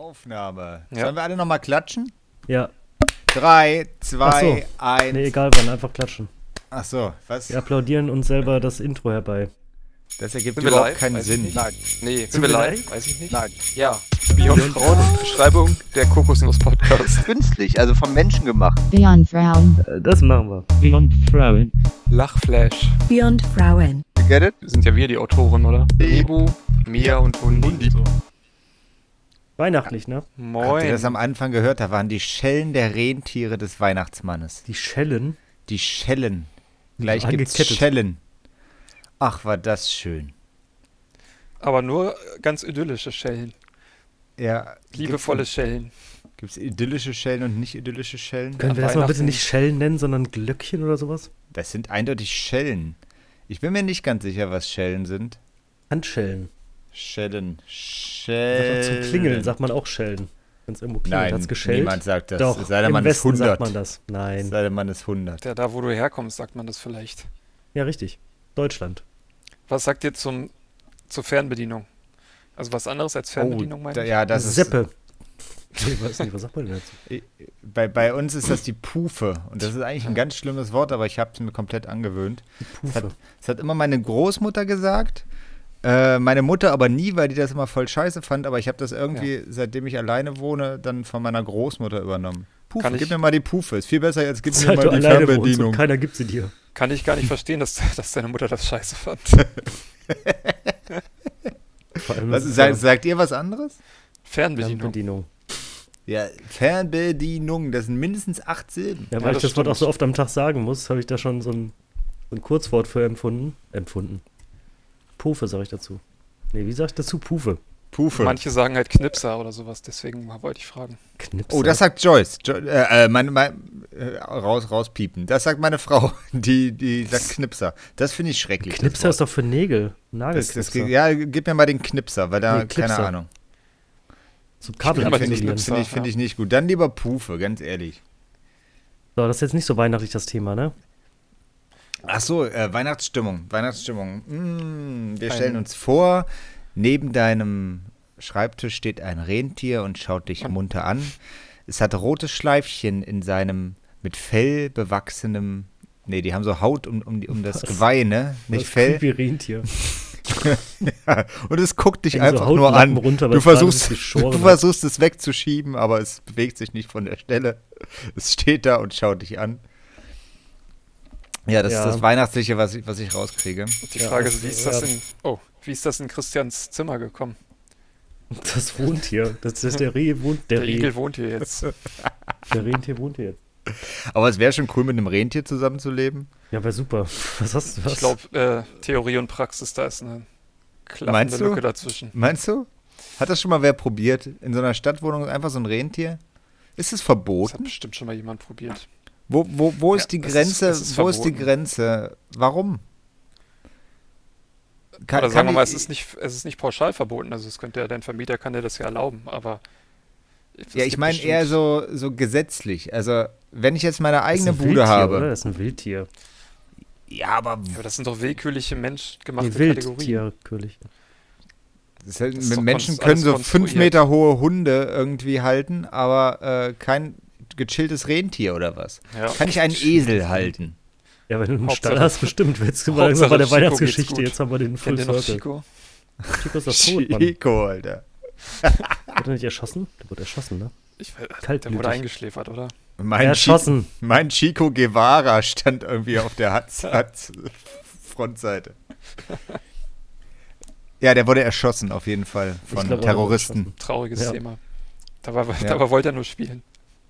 Aufnahme. Ja. Sollen wir alle nochmal klatschen? Ja. 3, 2, Ach so. 1. Nee, egal wann, einfach klatschen. Ach so, was? Wir applaudieren uns selber das Intro herbei. Das ergibt Sind wir überhaupt live? keinen Weiß ich Sinn. nicht. Nein. Nee, Sind sind wir wir live? live? Weiß ich nicht. Nein. Ja. Beyond Frauen, Beschreibung der Kokosnuss Podcast. Künstlich, also vom Menschen gemacht. Beyond Frauen. Das machen wir. Beyond Frauen. Lachflash. Beyond Frauen. You get it? Sind ja wir die Autoren, oder? Nebu, Mia und Hundi. So. Weihnachtlich, ne? Habt ihr Moin. das am Anfang gehört? Da waren die Schellen der Rentiere des Weihnachtsmannes. Die Schellen. Die Schellen. Gleich gibt's Angekettet. Schellen. Ach, war das schön. Aber nur ganz idyllische Schellen. Ja. Liebevolle Schellen. Gibt es idyllische Schellen und nicht idyllische Schellen? Können wir An das mal bitte Weihnachten. nicht Schellen nennen, sondern Glöckchen oder sowas? Das sind eindeutig Schellen. Ich bin mir nicht ganz sicher, was Schellen sind. Handschellen. Schellen. Sagt Schellen. auch zum Klingeln sagt man auch Schellen. Wenn es irgendwo klingelt, Nein, hat's geschellt. niemand sagt das. Doch, Es sei denn, im man ist Westen 100. sagt man das. Es Nein. sei denn, man ist 100. Ja, da, wo du herkommst, sagt man das vielleicht. Ja, richtig. Deutschland. Was sagt ihr zur Fernbedienung? Also was anderes als Fernbedienung, meine ich? Ja, das ist... Seppe. Ich weiß nicht, was sagt man denn dazu? Bei uns ist das die Pufe. Und das ist eigentlich ein ganz schlimmes Wort, aber ich habe es mir komplett angewöhnt. Pufe. Das hat immer meine Großmutter gesagt. Meine Mutter aber nie, weil die das immer voll scheiße fand. Aber ich habe das irgendwie, seitdem ich alleine wohne, dann von meiner Großmutter übernommen. Pufe, Kann ich- gib mir mal die Pufe. Ist viel besser, als gib mir Seit mal du die alleine wohnst und Fernbedienung. keiner gibt sie dir. Kann ich gar nicht verstehen, dass deine Mutter das scheiße fand. Vor allem Was, ist es sagt ihr was anderes? Fernbedienung. Fernbedienung. Ja, Fernbedienung, das sind mindestens 8 Silben. Ja, Ja, weil das ich das Wort auch stimmt. so oft am Tag sagen muss, habe ich da schon so ein Kurzwort für empfunden. Pufe sage ich dazu. Nee, wie sage ich dazu? Pufe. Pufe. Manche sagen halt Knipser oder sowas, deswegen wollte ich fragen. Knipser. Oh, das sagt Joyce. Rauspiepen. Das sagt meine Frau. Die sagt Knipser. Das finde ich schrecklich. das Knipser Wort. ist doch für Nägel. Das, Nagelknipser. ja, gib mir mal den Knipser, weil da, Nee, Clipser. keine Ahnung. Zum Kabel aber den Finde ich, isolieren. Knipser. find ich nicht gut. Dann lieber Pufe, ganz ehrlich. So, das ist jetzt nicht so weihnachtlich, das Thema, ne? Ach so, Weihnachtsstimmung. Wir stellen uns vor, neben deinem Schreibtisch steht ein Rentier und schaut dich munter an. Es hat rote Schleifchen in seinem mit Fell bewachsenem, nee, die haben so Haut um das Was? Geweih, ne? Nicht Das Fell. creepy Rentier. Ja, und es guckt dich Hängen so einfach nur Hautlappen an. runter, weil Du es gerade versuchst, nicht geschoren du hat. versuchst es wegzuschieben, aber es bewegt sich nicht von der Stelle. Es steht da und schaut dich an. Ja, das Ja. ist das Weihnachtliche, was ich rauskriege. Die Ja, Frage das- ist, wie ja. ist das in Christians Zimmer gekommen? Das wohnt hier. Das ist der Reh wohnt. Der Igel wohnt hier jetzt. Der Rentier wohnt hier jetzt. Aber es wäre schon cool, mit einem Rentier zusammenzuleben. Ja, wäre super. Was hast du? Was? Ich glaube, Theorie und Praxis, da ist eine klaffende Meinst du? Lücke dazwischen. Meinst du? Hat das schon mal wer probiert? In so einer Stadtwohnung einfach so ein Rentier? Ist es Das hat verboten? bestimmt schon mal jemand probiert. Wo ist die es ist- Grenze? es ist Wo ist die verboten. Grenze? Warum? Oder sagen wir mal, es ist nicht pauschal verboten. Also es könnte ja, dein Vermieter kann dir das ja erlauben, aber es Ja, ich gibt meine bestimmt- eher so gesetzlich. Also, wenn ich jetzt meine Das ist eigene ein Bude Wildtier, habe. Oder? Das ist ein Wildtier. Ja, aber Ja, aber das sind doch willkürliche menschgemachte Nee, Kategorien. Wildtierkönig. das ist halt, Das ist doch Menschen alles können so 5 konstruiert. Meter hohe Hunde irgendwie halten, aber kein gechilltes Rentier oder was? Ja. Kann ich einen Esel halten? Ja, wenn du einen Hauptsache- Stall hast, bestimmt. Jetzt sind wir Hauptsache langsam bei der Chico geht's Weihnachtsgeschichte. gut. Jetzt haben wir den Full Kennt ihr noch Circle. Chico? Chico ist doch tot, Mann. Chico, Alter. Wurde er nicht erschossen? Der wurde erschossen, ne? Ich weiß, der Kaltblütig. wurde eingeschläfert, oder? Erschossen. Mein Chico Guevara stand irgendwie auf der Frontseite. Ja, der wurde erschossen, auf jeden Fall, Ich von glaub, er wurde Terroristen. erschossen. Trauriges Ja. Thema. Ja. Dabei wollte er nur spielen.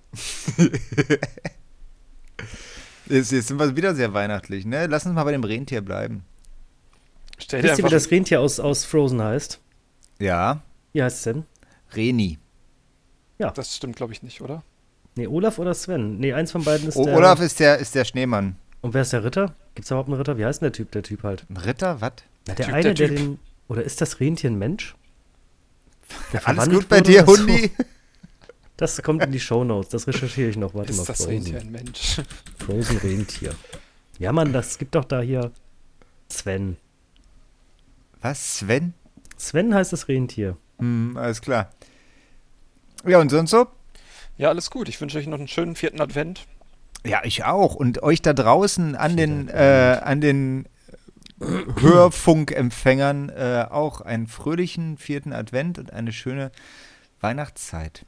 Jetzt sind wir wieder sehr weihnachtlich, ne? Lass uns mal bei dem Rentier bleiben. Stell dir Wisst ihr, wie einfach, das Rentier aus Frozen heißt? Ja, Wie heißt es denn? Reni. das stimmt, glaube ich, nicht, oder? Nee, Olaf oder Sven? Nee, eins von beiden ist der... Olaf ist der Schneemann. Und wer ist der Ritter? Gibt's da überhaupt einen Ritter? Wie heißt denn der Typ? Der Typ halt. Ein Ritter, was? Na, der Typ, eine, der der Typ. den... Oder ist das Rentier ein Mensch? Der Alles verwandelt gut bei wurde dir, oder so? Hundi? Das kommt in die Shownotes. Das recherchiere ich noch. Warte mal. Ist das Rentier ein Mensch? Frozen Rentier. Ja, Mann, das gibt doch da hier Sven. Was, Sven? Sven heißt das Rentier. Alles klar. Ja, und sonst so? Ja, alles gut. Ich wünsche euch noch einen schönen 4. Advent. Ja, ich auch. Und euch da draußen an den Hörfunkempfängern auch einen fröhlichen 4. Advent und eine schöne Weihnachtszeit.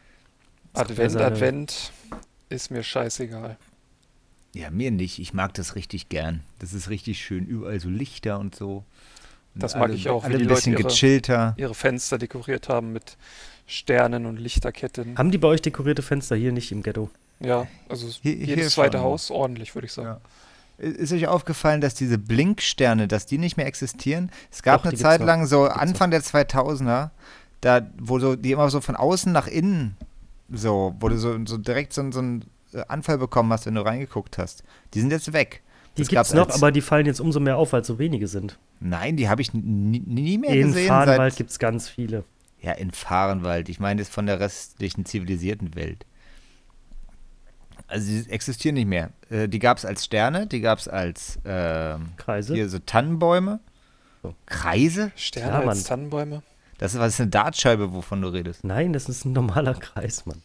Advent ist mir scheißegal. Ja, mir nicht. Ich mag das richtig gern. Das ist richtig schön. Überall so Lichter und so. Und Das mag ich auch, wie Alle die ein Leute bisschen gechillter. ihre Fenster dekoriert haben mit Sternen und Lichterketten. Haben die bei euch dekorierte Fenster hier nicht im Ghetto? Ja, also Hier jedes zweite schon. Haus ordentlich, würde ich sagen. Ja. Ist euch aufgefallen, dass diese Blinksterne, dass die nicht mehr existieren? Es gab Doch, eine die Zeit gibt's lang, noch. so Die gibt's Anfang der 2000er, da, wo so, die immer so von außen nach innen, so, wo du so direkt so einen Anfall bekommen hast, wenn du reingeguckt hast. Die sind jetzt weg. Die Das gibt's gab's noch, als- aber die fallen jetzt umso mehr auf, weil es so wenige sind. Nein, die habe ich nie mehr In gesehen. Fahrenwald gibt's ganz viele. Ja, in Fahrenwald. Ich meine, das von der restlichen zivilisierten Welt. Also die existieren nicht mehr. Die gab es als Sterne, die gab es als Kreise. hier so Tannenbäume. So. Kreise? Sterne Ja, als Mann. Tannenbäume. Das ist eine Dartscheibe, wovon du redest. Nein, das ist ein normaler Kreis, Mann.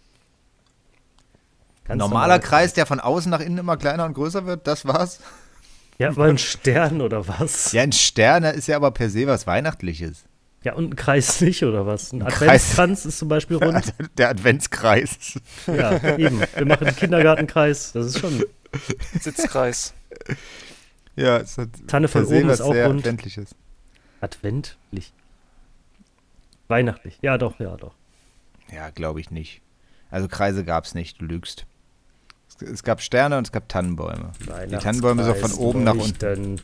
Ganz Normaler Kreis, der von außen nach innen immer kleiner und größer wird, das war's. Ja, aber ein Stern oder was? Ja, ein Stern ist ja aber per se was Weihnachtliches. Ja, und ein Kreis nicht oder was? Ein Kreis. Adventskranz ist zum Beispiel rund. Der Adventskreis. Ja, eben. Wir machen einen Kindergartenkreis. Das ist schon. Sitzkreis. Ja, es hat Tanne von per se oben was ist auch sehr rund. Adventliches. Adventlich. Weihnachtlich. Ja, doch, ja, doch. Ja, glaube ich nicht. Also Kreise gab es nicht, du lügst. Es gab Sterne und es gab Tannenbäume. Die Tannenbäume so von oben nach unten.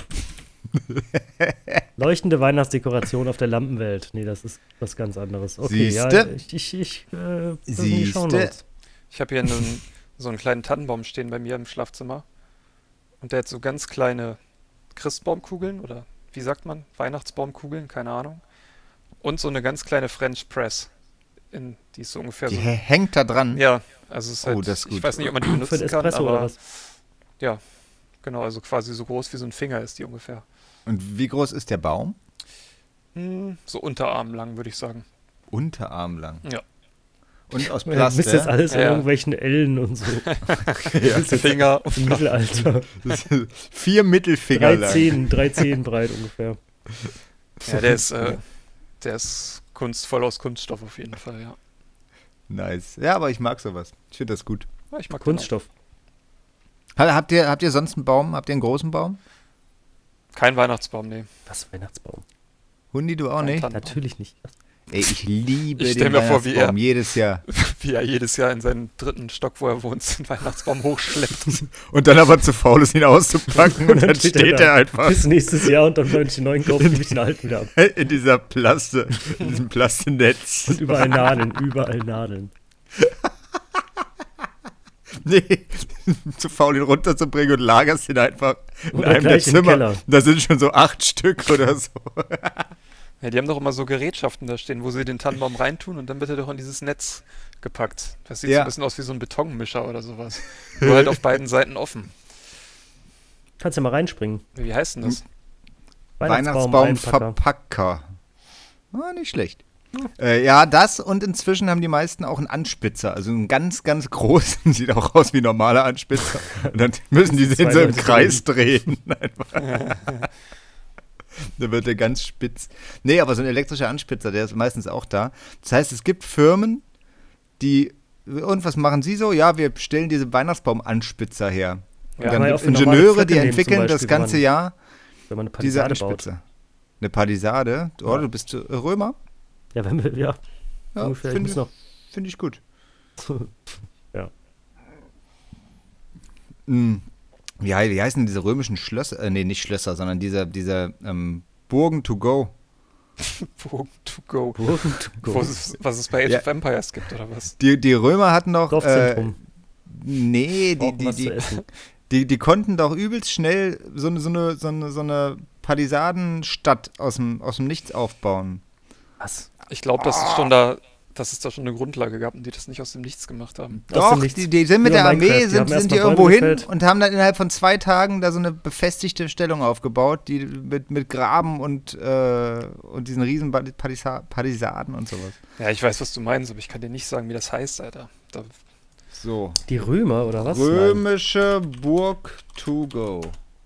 Leuchtende Weihnachtsdekoration auf der Lampenwelt. Nee, das ist was ganz anderes. Okay, Siehste? ja, ich das sind die Siehste? Shownotes. Ich habe hier so einen kleinen Tannenbaum stehen bei mir im Schlafzimmer. Und der hat so ganz kleine Christbaumkugeln oder wie sagt man? Weihnachtsbaumkugeln, keine Ahnung. Und so eine ganz kleine French Press. Die ist so ungefähr Die so. hängt da dran. Ja, also es ist Oh, halt, das ist gut. ich weiß nicht, ob man die Für benutzen ein kann, Espresso oder aber was? ja, genau, also quasi so groß wie so ein Finger ist die ungefähr. Und wie groß ist der Baum? So unterarmlang, würde ich sagen. Unterarmlang. Ja. Und aus Du bist jetzt Plast, alles in Ja. irgendwelchen Ellen und so. Finger. Im Mittelalter. 4 Mittelfinger lang. 3 Zehen breit ungefähr. Ja, der ist kunstvoll aus Kunststoff auf jeden Fall, ja. Nice. Ja, aber ich mag sowas. Ich finde das gut. Ja, ich mag den Kunststoff. Habt ihr sonst einen Baum? Habt ihr einen großen Baum? auch. Kein Weihnachtsbaum, nee. Was, Weihnachtsbaum? Hundi, du auch Kein nicht? Tannenbaum. Natürlich nicht. Ey, ich liebe Ich stell den mir vor, wie Weihnachtsbaum er- jedes Jahr. Wie er jedes Jahr in seinen 3. Stock, wo er wohnt, den Weihnachtsbaum hochschleppt. Und dann aber zu faul ist, ihn auszupacken und dann steht er da einfach bis nächstes Jahr und dann wollen ich den neuen kaufen, nehme ich den alten wieder ab. in diesem Plastenetz. Und überall Nadeln, überall Nadeln. Nee, zu faul, ihn runterzubringen und lagerst ihn einfach in Oder einem der gleich im Zimmer. Keller. Da sind schon so 8 Stück oder so. Ja, die haben doch immer so Gerätschaften da stehen, wo sie den Tannenbaum reintun und dann wird er doch in dieses Netz gepackt. Das sieht so Ja. ein bisschen aus wie so ein Betonmischer oder sowas. Nur halt auf beiden Seiten offen. Kannst ja mal reinspringen. Wie heißt denn das? Einpacker. Weihnachtsbaumverpacker. Ah, nicht schlecht. Ja, das und inzwischen haben die meisten auch einen Anspitzer, also einen ganz, ganz großen, sieht auch aus wie ein normaler Anspitzer. Und dann müssen die den Zwei so im Leute Kreis drehen. Einfach. Dann wird der ganz spitz. Nee, aber so ein elektrischer Anspitzer, der ist meistens auch da. Das heißt, es gibt Firmen, die, und was machen sie so? Ja, wir stellen diese Weihnachtsbaumanspitzer her. Und Ja, dann kann man ja gibt auch für normale Ingenieure, Flöcke die nehmen, entwickeln zum das Beispiel, ganze wenn man- Jahr Wenn man eine diese Palisade baut. Anspitzer. Eine Palisade? Oh, du bist Römer? Ja, wenn wir, ja, Ja, ungefähr. Ich finde muss noch. find ich gut. Ja. Wie heißen denn diese römischen Schlösser? Nee, nicht Schlösser, sondern diese Burgen to go. Burgen to go. Burgen to go. Was es bei Age Ja. of Empires gibt, oder was? Die Römer hatten doch. Dorfzentrum. Nee, Brauchen was zu essen. die konnten doch übelst schnell so eine Palisadenstadt aus dem Nichts aufbauen. Was? Ich glaube, das ist schon da dass es da schon eine Grundlage gab und die das nicht aus dem Nichts gemacht haben. Aus Doch, dem Nichts. die sind mit Wie bei der Armee, Minecraft, die haben sind erst die mal irgendwo Bäume hin gefällt. und haben dann innerhalb von 2 Tagen da so eine befestigte Stellung aufgebaut, die mit Graben und diesen riesen Palisaden und sowas. Ja, ich weiß, was du meinst, aber ich kann dir nicht sagen, wie das heißt, Alter. Da, So. Die Römer oder was? Römische Burg to go.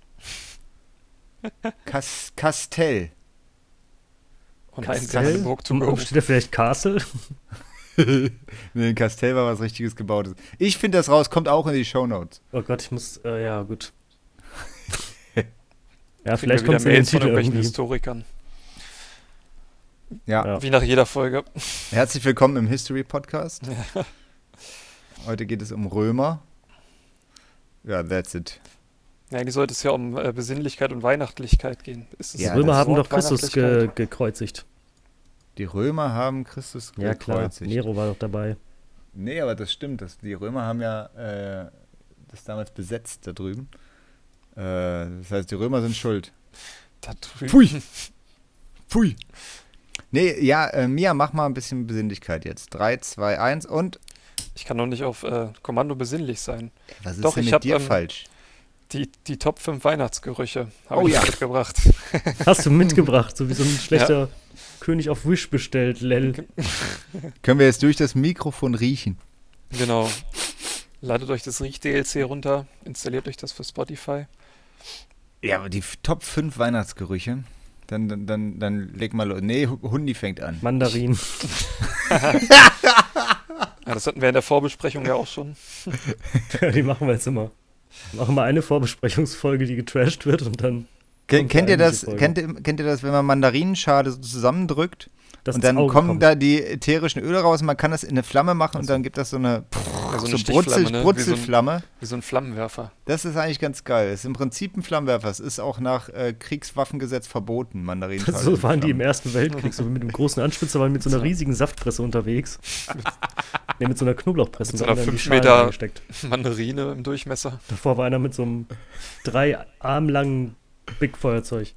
Kastell. oh nein, Kastell? keine Burg to go. Steht da vielleicht Castle? Nee, ein Kastell war was richtiges Gebautes. Ich finde das raus, kommt auch in die Shownotes. Oh Gott, ich muss, ja gut. Ja, Kriegen vielleicht wir kommt es wieder in den Mails von Titel irgendwelchen irgendwie. Historikern. Ja. Ja. Wie nach jeder Folge. Herzlich willkommen im History Podcast. Heute geht es um Römer. Ja, that's it. Ja, eigentlich sollte es ja um Besinnlichkeit und Weihnachtlichkeit gehen. Ist es Ja, Die Römer das haben Wort doch Christus Weihnachtlichkeit? gekreuzigt. Die Römer haben Christus Ja klar, gekreuzigt. Nero war doch dabei. Nee, aber das stimmt. Die Römer haben ja das damals besetzt da drüben. Das heißt, die Römer sind schuld. Da drüben. Pfui! Pfui! Nee, ja, Mia, mach mal ein bisschen Besinnlichkeit jetzt. 3, 2, 1 und... Ich kann doch nicht auf Kommando besinnlich sein. Was ist Doch, denn ich mit hab, dir falsch? Die Top 5 Weihnachtsgerüche habe Oh ich ja. mitgebracht. Hast du mitgebracht, so wie so ein schlechter König auf Wish bestellt, Lel. Können wir jetzt durch das Mikrofon riechen? Genau. Ladet euch das Riech-DLC runter, installiert euch das für Spotify. Ja, aber die Top 5 Weihnachtsgerüche, dann leg mal los. Nee, Hundi fängt an. Mandarin. Ja, das hatten wir in der Vorbesprechung ja auch schon. Die machen wir jetzt immer. Wir machen mal eine Vorbesprechungsfolge, die getrashed wird und dann kommt Kennt die ihr das, eigentliche Folge. kennt ihr das, wenn man Mandarinenschale so zusammendrückt Dass und das dann Auge kommen kommt. da die ätherischen Öle raus und man kann das in eine Flamme machen und dann gibt das so eine, Ja, so Stichflamme, ne? Brutzelflamme. Wie so ein Flammenwerfer. Das ist eigentlich ganz geil. Das ist im Prinzip ein Flammenwerfer. Es ist auch nach Kriegswaffengesetz verboten, Mandarinenschale. So waren die im Flammen. Ersten Weltkrieg, so mit einem großen Anspitzer, waren mit so einer riesigen Saftpresse unterwegs. Mit so einer Knoblauchpresse. Mit so und einer haben dann die 5 Schalen Meter- reingesteckt. Mandarine im Durchmesser. Davor war einer mit so einem 3 Arm langen Big-Feuerzeug.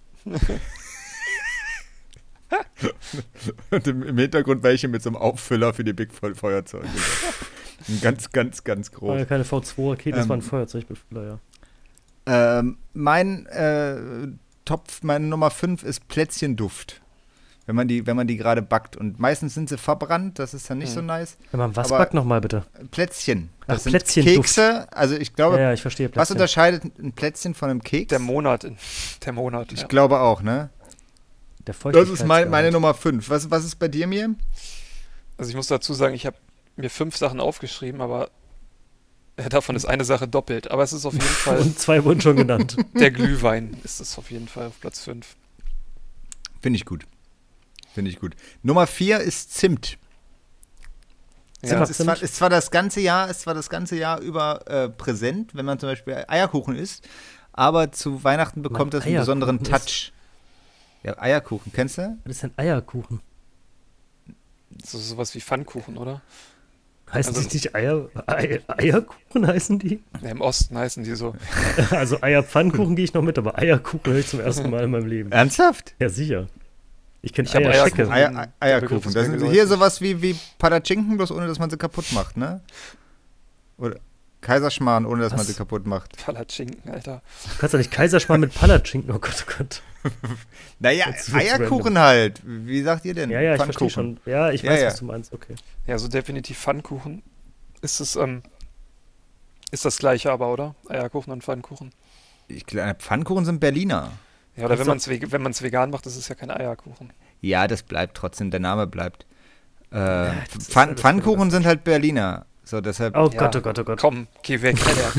Und im Hintergrund welche mit so einem Auffüller für die Big Feuerzeuge. Ein ganz, ganz, ganz War ja groß. keine V2-Rakete, das war ein Feuerzeugbefeuer, ja. Meine Nummer 5 ist Plätzchenduft. Wenn man die gerade backt. Und meistens sind sie verbrannt, das ist dann nicht so nice. Wenn man was Aber- backt nochmal bitte. Plätzchen. Ach, Das sind Plätzchenduft. Kekse. Also ich glaube, Ja, ich verstehe. was Plätzchen. unterscheidet ein Plätzchen von einem Keks? Der Monat. Ich Ja. glaube auch, ne? Der Das ist meine Feuchtigkeitsgehalt. Nummer 5. Was ist bei dir, Mir? Also ich muss dazu sagen, ich habe mir 5 Sachen aufgeschrieben, aber davon ist eine Sache doppelt. Aber es ist auf jeden Fall Und 2 wurden schon genannt. der Glühwein. Ist es auf jeden Fall auf Platz 5. Finde ich gut. Nummer 4 ist Zimt. Ja. Zimt ist zwar das ganze Jahr über präsent, wenn man zum Beispiel Eierkuchen isst, aber zu Weihnachten bekommt Man das einen besonderen Eierkuchen Touch. Ja, Eierkuchen, kennst du? Was ist denn Eierkuchen? Das ist sowas wie Pfannkuchen, oder? Heißen Also- die nicht Eierkuchen heißen die? Ja, im Osten heißen die so. Also Eierpfannkuchen gehe ich noch mit, aber Eierkuchen höre ich zum ersten Mal in meinem Leben. Ernsthaft? Ja, sicher. Ich kenne Ich hab Eierschecke. Eierkuchen. Der Eierkuchen. Begriff ist Das mir sind geläufig. hier sowas wie Palatschinken, bloß ohne, dass man sie kaputt macht, ne? Oder Kaiserschmarrn, ohne dass man Was? sie kaputt macht. Palatschinken, Alter. Du kannst doch nicht Kaiserschmarrn mit Palatschinken. Oh Gott, oh Gott. Naja, Jetzt wird's Eierkuchen halt. Wie sagt ihr denn? Ja, ich verstehe Pfannkuchen. schon. Ja, ich Ja, weiß, ja. was du meinst. Okay. Ja, so definitiv Pfannkuchen. Ist das gleiche aber, oder? Eierkuchen und Pfannkuchen. Ich glaube, Pfannkuchen sind Berliner. Ja, oder Also- wenn man es vegan macht, ist es ja kein Eierkuchen. Ja, das bleibt trotzdem, der Name bleibt. das ist alles Pfannkuchen sind halt Berliner. So, deshalb. Oh Ja. Gott, oh Gott, oh Gott. Komm, geh weg, Alter.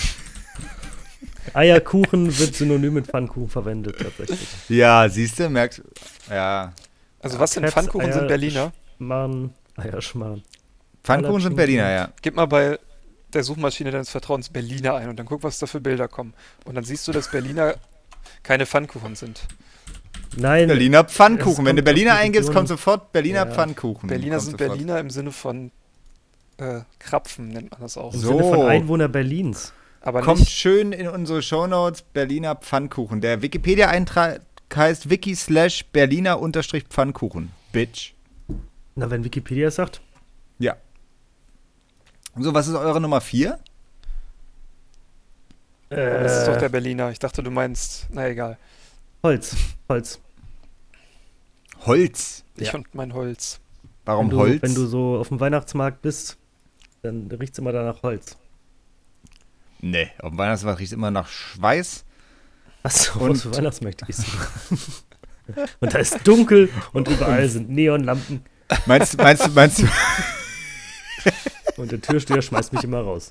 Eierkuchen wird synonym mit Pfannkuchen verwendet, tatsächlich. Ja, siehst du, merkst. Ja. Also was sind Krebs, Pfannkuchen, sind Eier- Berliner? Eierschmarrn. Pfannkuchen sind Palatschinken. Berliner, ja. Gib mal bei der Suchmaschine deines Vertrauens Berliner ein und dann guck, was da für Bilder kommen. Und dann siehst du, dass Berliner keine Pfannkuchen sind. Nein, Berliner Es Pfannkuchen. Wenn kommt du Berliner auf die eingibst, Region. kommt sofort Berliner Ja. Pfannkuchen. Berliner Kommt sind sofort. Berliner im Sinne von Krapfen, nennt man das auch. im So. Sinne von Einwohner Berlins. Aber Kommt nicht, schön in unsere Shownotes Berliner Pfannkuchen. Der Wikipedia-Eintrag heißt wiki/Berliner-Pfannkuchen. Bitch. Na, wenn Wikipedia sagt, Ja. So, was ist eure Nummer 4? Das ist doch der Berliner. Ich dachte, du meinst, na egal. Holz. Holz. Ich Ja. und mein Holz. Warum Holz? Wenn du so auf dem Weihnachtsmarkt bist, dann riecht es immer danach Holz. Nee, auf dem Weihnachtsmarkt riecht es immer nach Schweiß. Achso, Und- was für Weihnachtsmärkte gehst du? Und da ist dunkel und überall sind Neonlampen Meinst du, und der Türsteher schmeißt mich immer raus.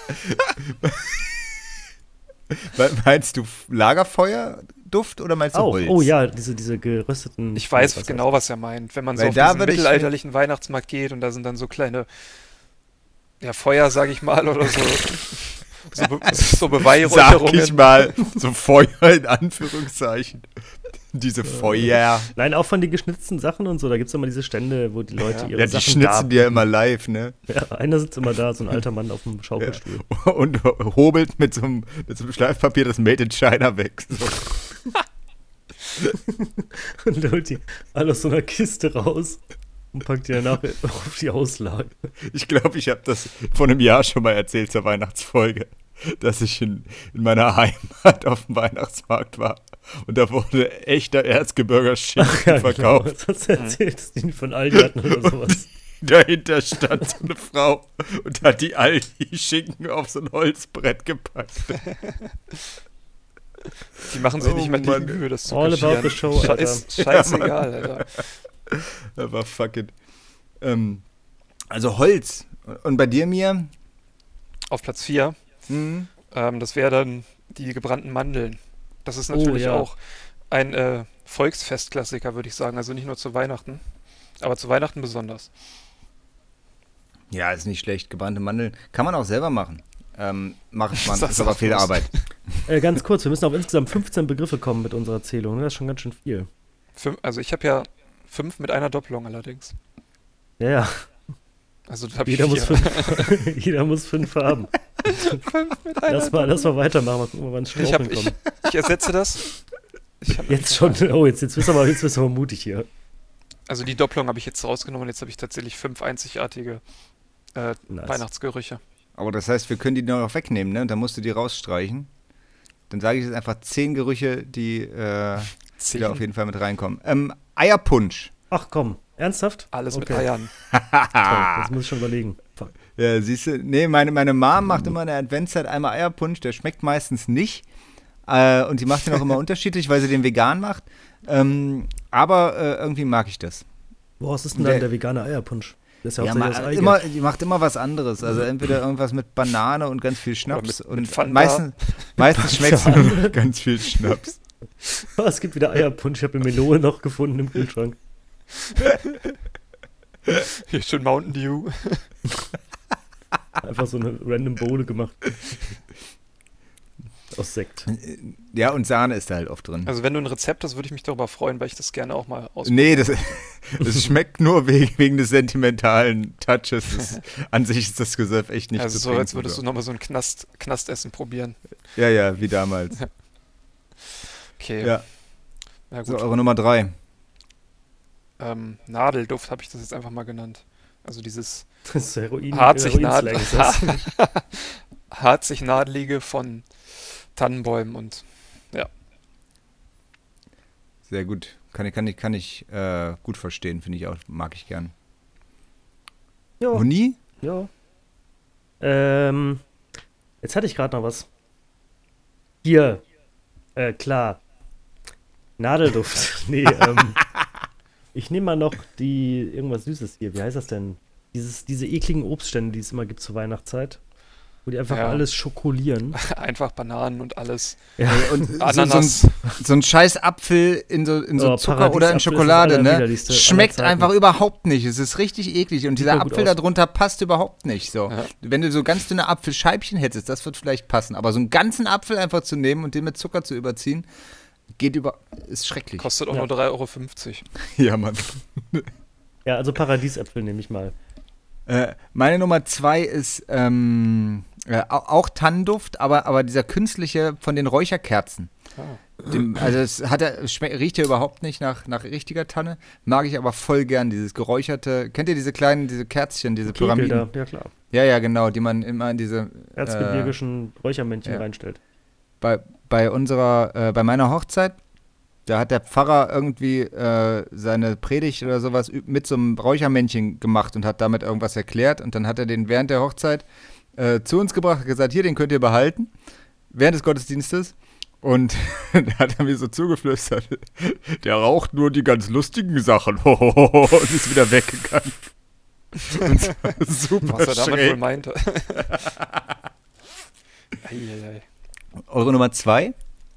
meinst du Lagerfeuerduft oder meinst du Auch, Holz? oh ja, diese gerösteten... Ich weiß was genau, was er meint. Wenn man so Weil auf da diesen würde ich- mittelalterlichen Weihnachtsmarkt geht und da sind dann so kleine, ja, Feuer, sag ich mal, oder so, so Sag ich Beweihräucherungen. mal, so Feuer in Anführungszeichen. Diese Feuer. Nein, auch von den geschnitzten Sachen und so, da gibt es immer diese Stände, wo die Leute ihre Ja, die Sachen schnitzen die ja immer live, ne? Ja, einer sitzt immer da, so ein alter Mann auf dem Schaukelstuhl. Und hobelt mit so einem Schleifpapier das Made in China weg. So. Und holt die alle aus so einer Kiste raus und packt die danach auf die Auslage. Ich glaube, ich habe das vor einem Jahr schon mal erzählt zur Weihnachtsfolge, dass ich in meiner Heimat auf dem Weihnachtsmarkt war und da wurde echter Erzgebirger Schinken verkauft. Genau, das hast du erzählt, dass die von Aldi hatten oder sowas. Dahinter stand so eine Frau und hat die Aldi-Schinken auf so ein Holzbrett gepackt. Die machen sich Oh nicht mehr die Mann. Mühe, das zu All about the kaschieren. show, Alter. Scheißegal, Alter. Das war fucking. Also Holz. Und bei dir, Mia? Auf Platz 4, Hm? das wäre dann die gebrannten Mandeln. Das ist natürlich ja. auch ein Volksfestklassiker, würde ich sagen. Also nicht nur zu Weihnachten, aber zu Weihnachten besonders. Ja, ist nicht schlecht. Gebrannte Mandeln. Kann man auch selber machen. Macht man, Das ist aber ist viel bloß- Arbeit. Ganz kurz, wir müssen auf insgesamt 15 Begriffe kommen mit unserer Zählung. Ne? Das ist schon ganz schön viel. Also ich habe ja 5 mit einer Doppelung allerdings. Ja, ja. Also da habe ich Jeder muss 4. 5 jeder muss 5 haben. 5 mit einer Lass mal weitermachen, mal gucken, wann es Ich, Straucheln kommt. ich ersetze das. Ich hab Jetzt schon, oh, jetzt bist du aber mutig hier. Also die Doppelung habe ich jetzt rausgenommen. Jetzt habe ich tatsächlich 5 einzigartige Nice. Weihnachtsgerüche. Aber das heißt, wir können die noch wegnehmen, ne? Und dann musst du die rausstreichen. Dann sage ich jetzt einfach 10 Gerüche, die da auf jeden Fall mit reinkommen. Eierpunsch. Ach komm, ernsthaft? Alles mit Okay. Eiern. Toll, das muss ich schon überlegen. Fuck. Ja, siehst du, nee, meine Mom macht immer in der Adventszeit einmal Eierpunsch, der schmeckt meistens nicht. Und die macht den auch immer unterschiedlich, weil sie den vegan macht. Aber irgendwie mag ich das. Woraus ist denn dann der vegane Eierpunsch? Das ist ja Ja, hauptsächlich aus Eigelb. die macht immer was anderes. Also entweder irgendwas mit Banane und ganz viel Schnaps. mit Und Fanta. meistens schmeckt es nur mit ganz viel Schnaps. Oh, es gibt wieder Eierpunsch. Ich habe eine Melone noch gefunden im Kühlschrank. Hier schön Mountain Dew. Einfach so eine random Bowle gemacht. Aus Sekt. Ja, und Sahne ist da halt oft drin. Also wenn du ein Rezept hast, würde ich mich darüber freuen, weil ich das gerne auch mal ausprobiere. Nee, das schmeckt nur wegen des sentimentalen Touches. An sich ist das Gesöff echt nicht Also zu so, trinken. als würdest du nochmal so ein Knastessen probieren. Ja, wie damals. Okay, Ja. na So, gut. eure Nummer 3. Nadelduft habe ich das jetzt einfach mal genannt. Also dieses Das ist Heroin. Harzig-Nadel. Heroin-Slang ist das. harzig-nadelige von Tannenbäumen und Sehr gut. Kann ich gut verstehen, finde ich auch, mag ich gern. Ja, Huni? ja. Jetzt hatte ich gerade noch was. Hier. Klar. Nadelduft. Nee, ich nehme mal noch irgendwas Süßes hier. Wie heißt das denn? Diese ekligen Obststände, die es immer gibt zur Weihnachtszeit. Wo die einfach Ja. alles schokolieren. einfach Bananen und alles. Ja. Und Ananas. so ein scheiß Apfel in so Oh, Zucker oder in Paradiesapfel Schokolade, ist das ne? Allerwiderlichste aller Schmeckt Zeiten. einfach überhaupt nicht. Es ist richtig eklig. Und dieser Sieht mal gut Apfel aus. darunter passt überhaupt nicht. So. Ja. Wenn du so ganz dünne Apfelscheibchen hättest, das wird vielleicht passen. Aber so einen ganzen Apfel einfach zu nehmen und den mit Zucker zu überziehen, ist schrecklich. Kostet auch Ja. nur 3,50 €. Ja, Mann. Ja, also Paradiesäpfel nehme ich mal. Meine Nummer 2 ist auch Tannenduft, aber dieser künstliche von den Räucherkerzen. Ah. Also riecht ja überhaupt nicht nach richtiger Tanne. Mag ich aber voll gern, dieses geräucherte. Kennt ihr diese Kerzchen, diese Kegel Pyramiden? da, ja klar. Ja, genau, die man immer in diese Erzgebirgischen Räuchermännchen ja. reinstellt. bei meiner Hochzeit, da hat der Pfarrer irgendwie seine Predigt oder sowas mit so einem Räuchermännchen gemacht und hat damit irgendwas erklärt. Und dann hat er den während der Hochzeit zu uns gebracht und gesagt, hier, den könnt ihr behalten, während des Gottesdienstes. Und da hat er mir so zugeflüstert, der raucht nur die ganz lustigen Sachen. Und ist wieder weggegangen. Und super Was er damit wohl schräg. meinte. Eieiei. Eure Nummer 2?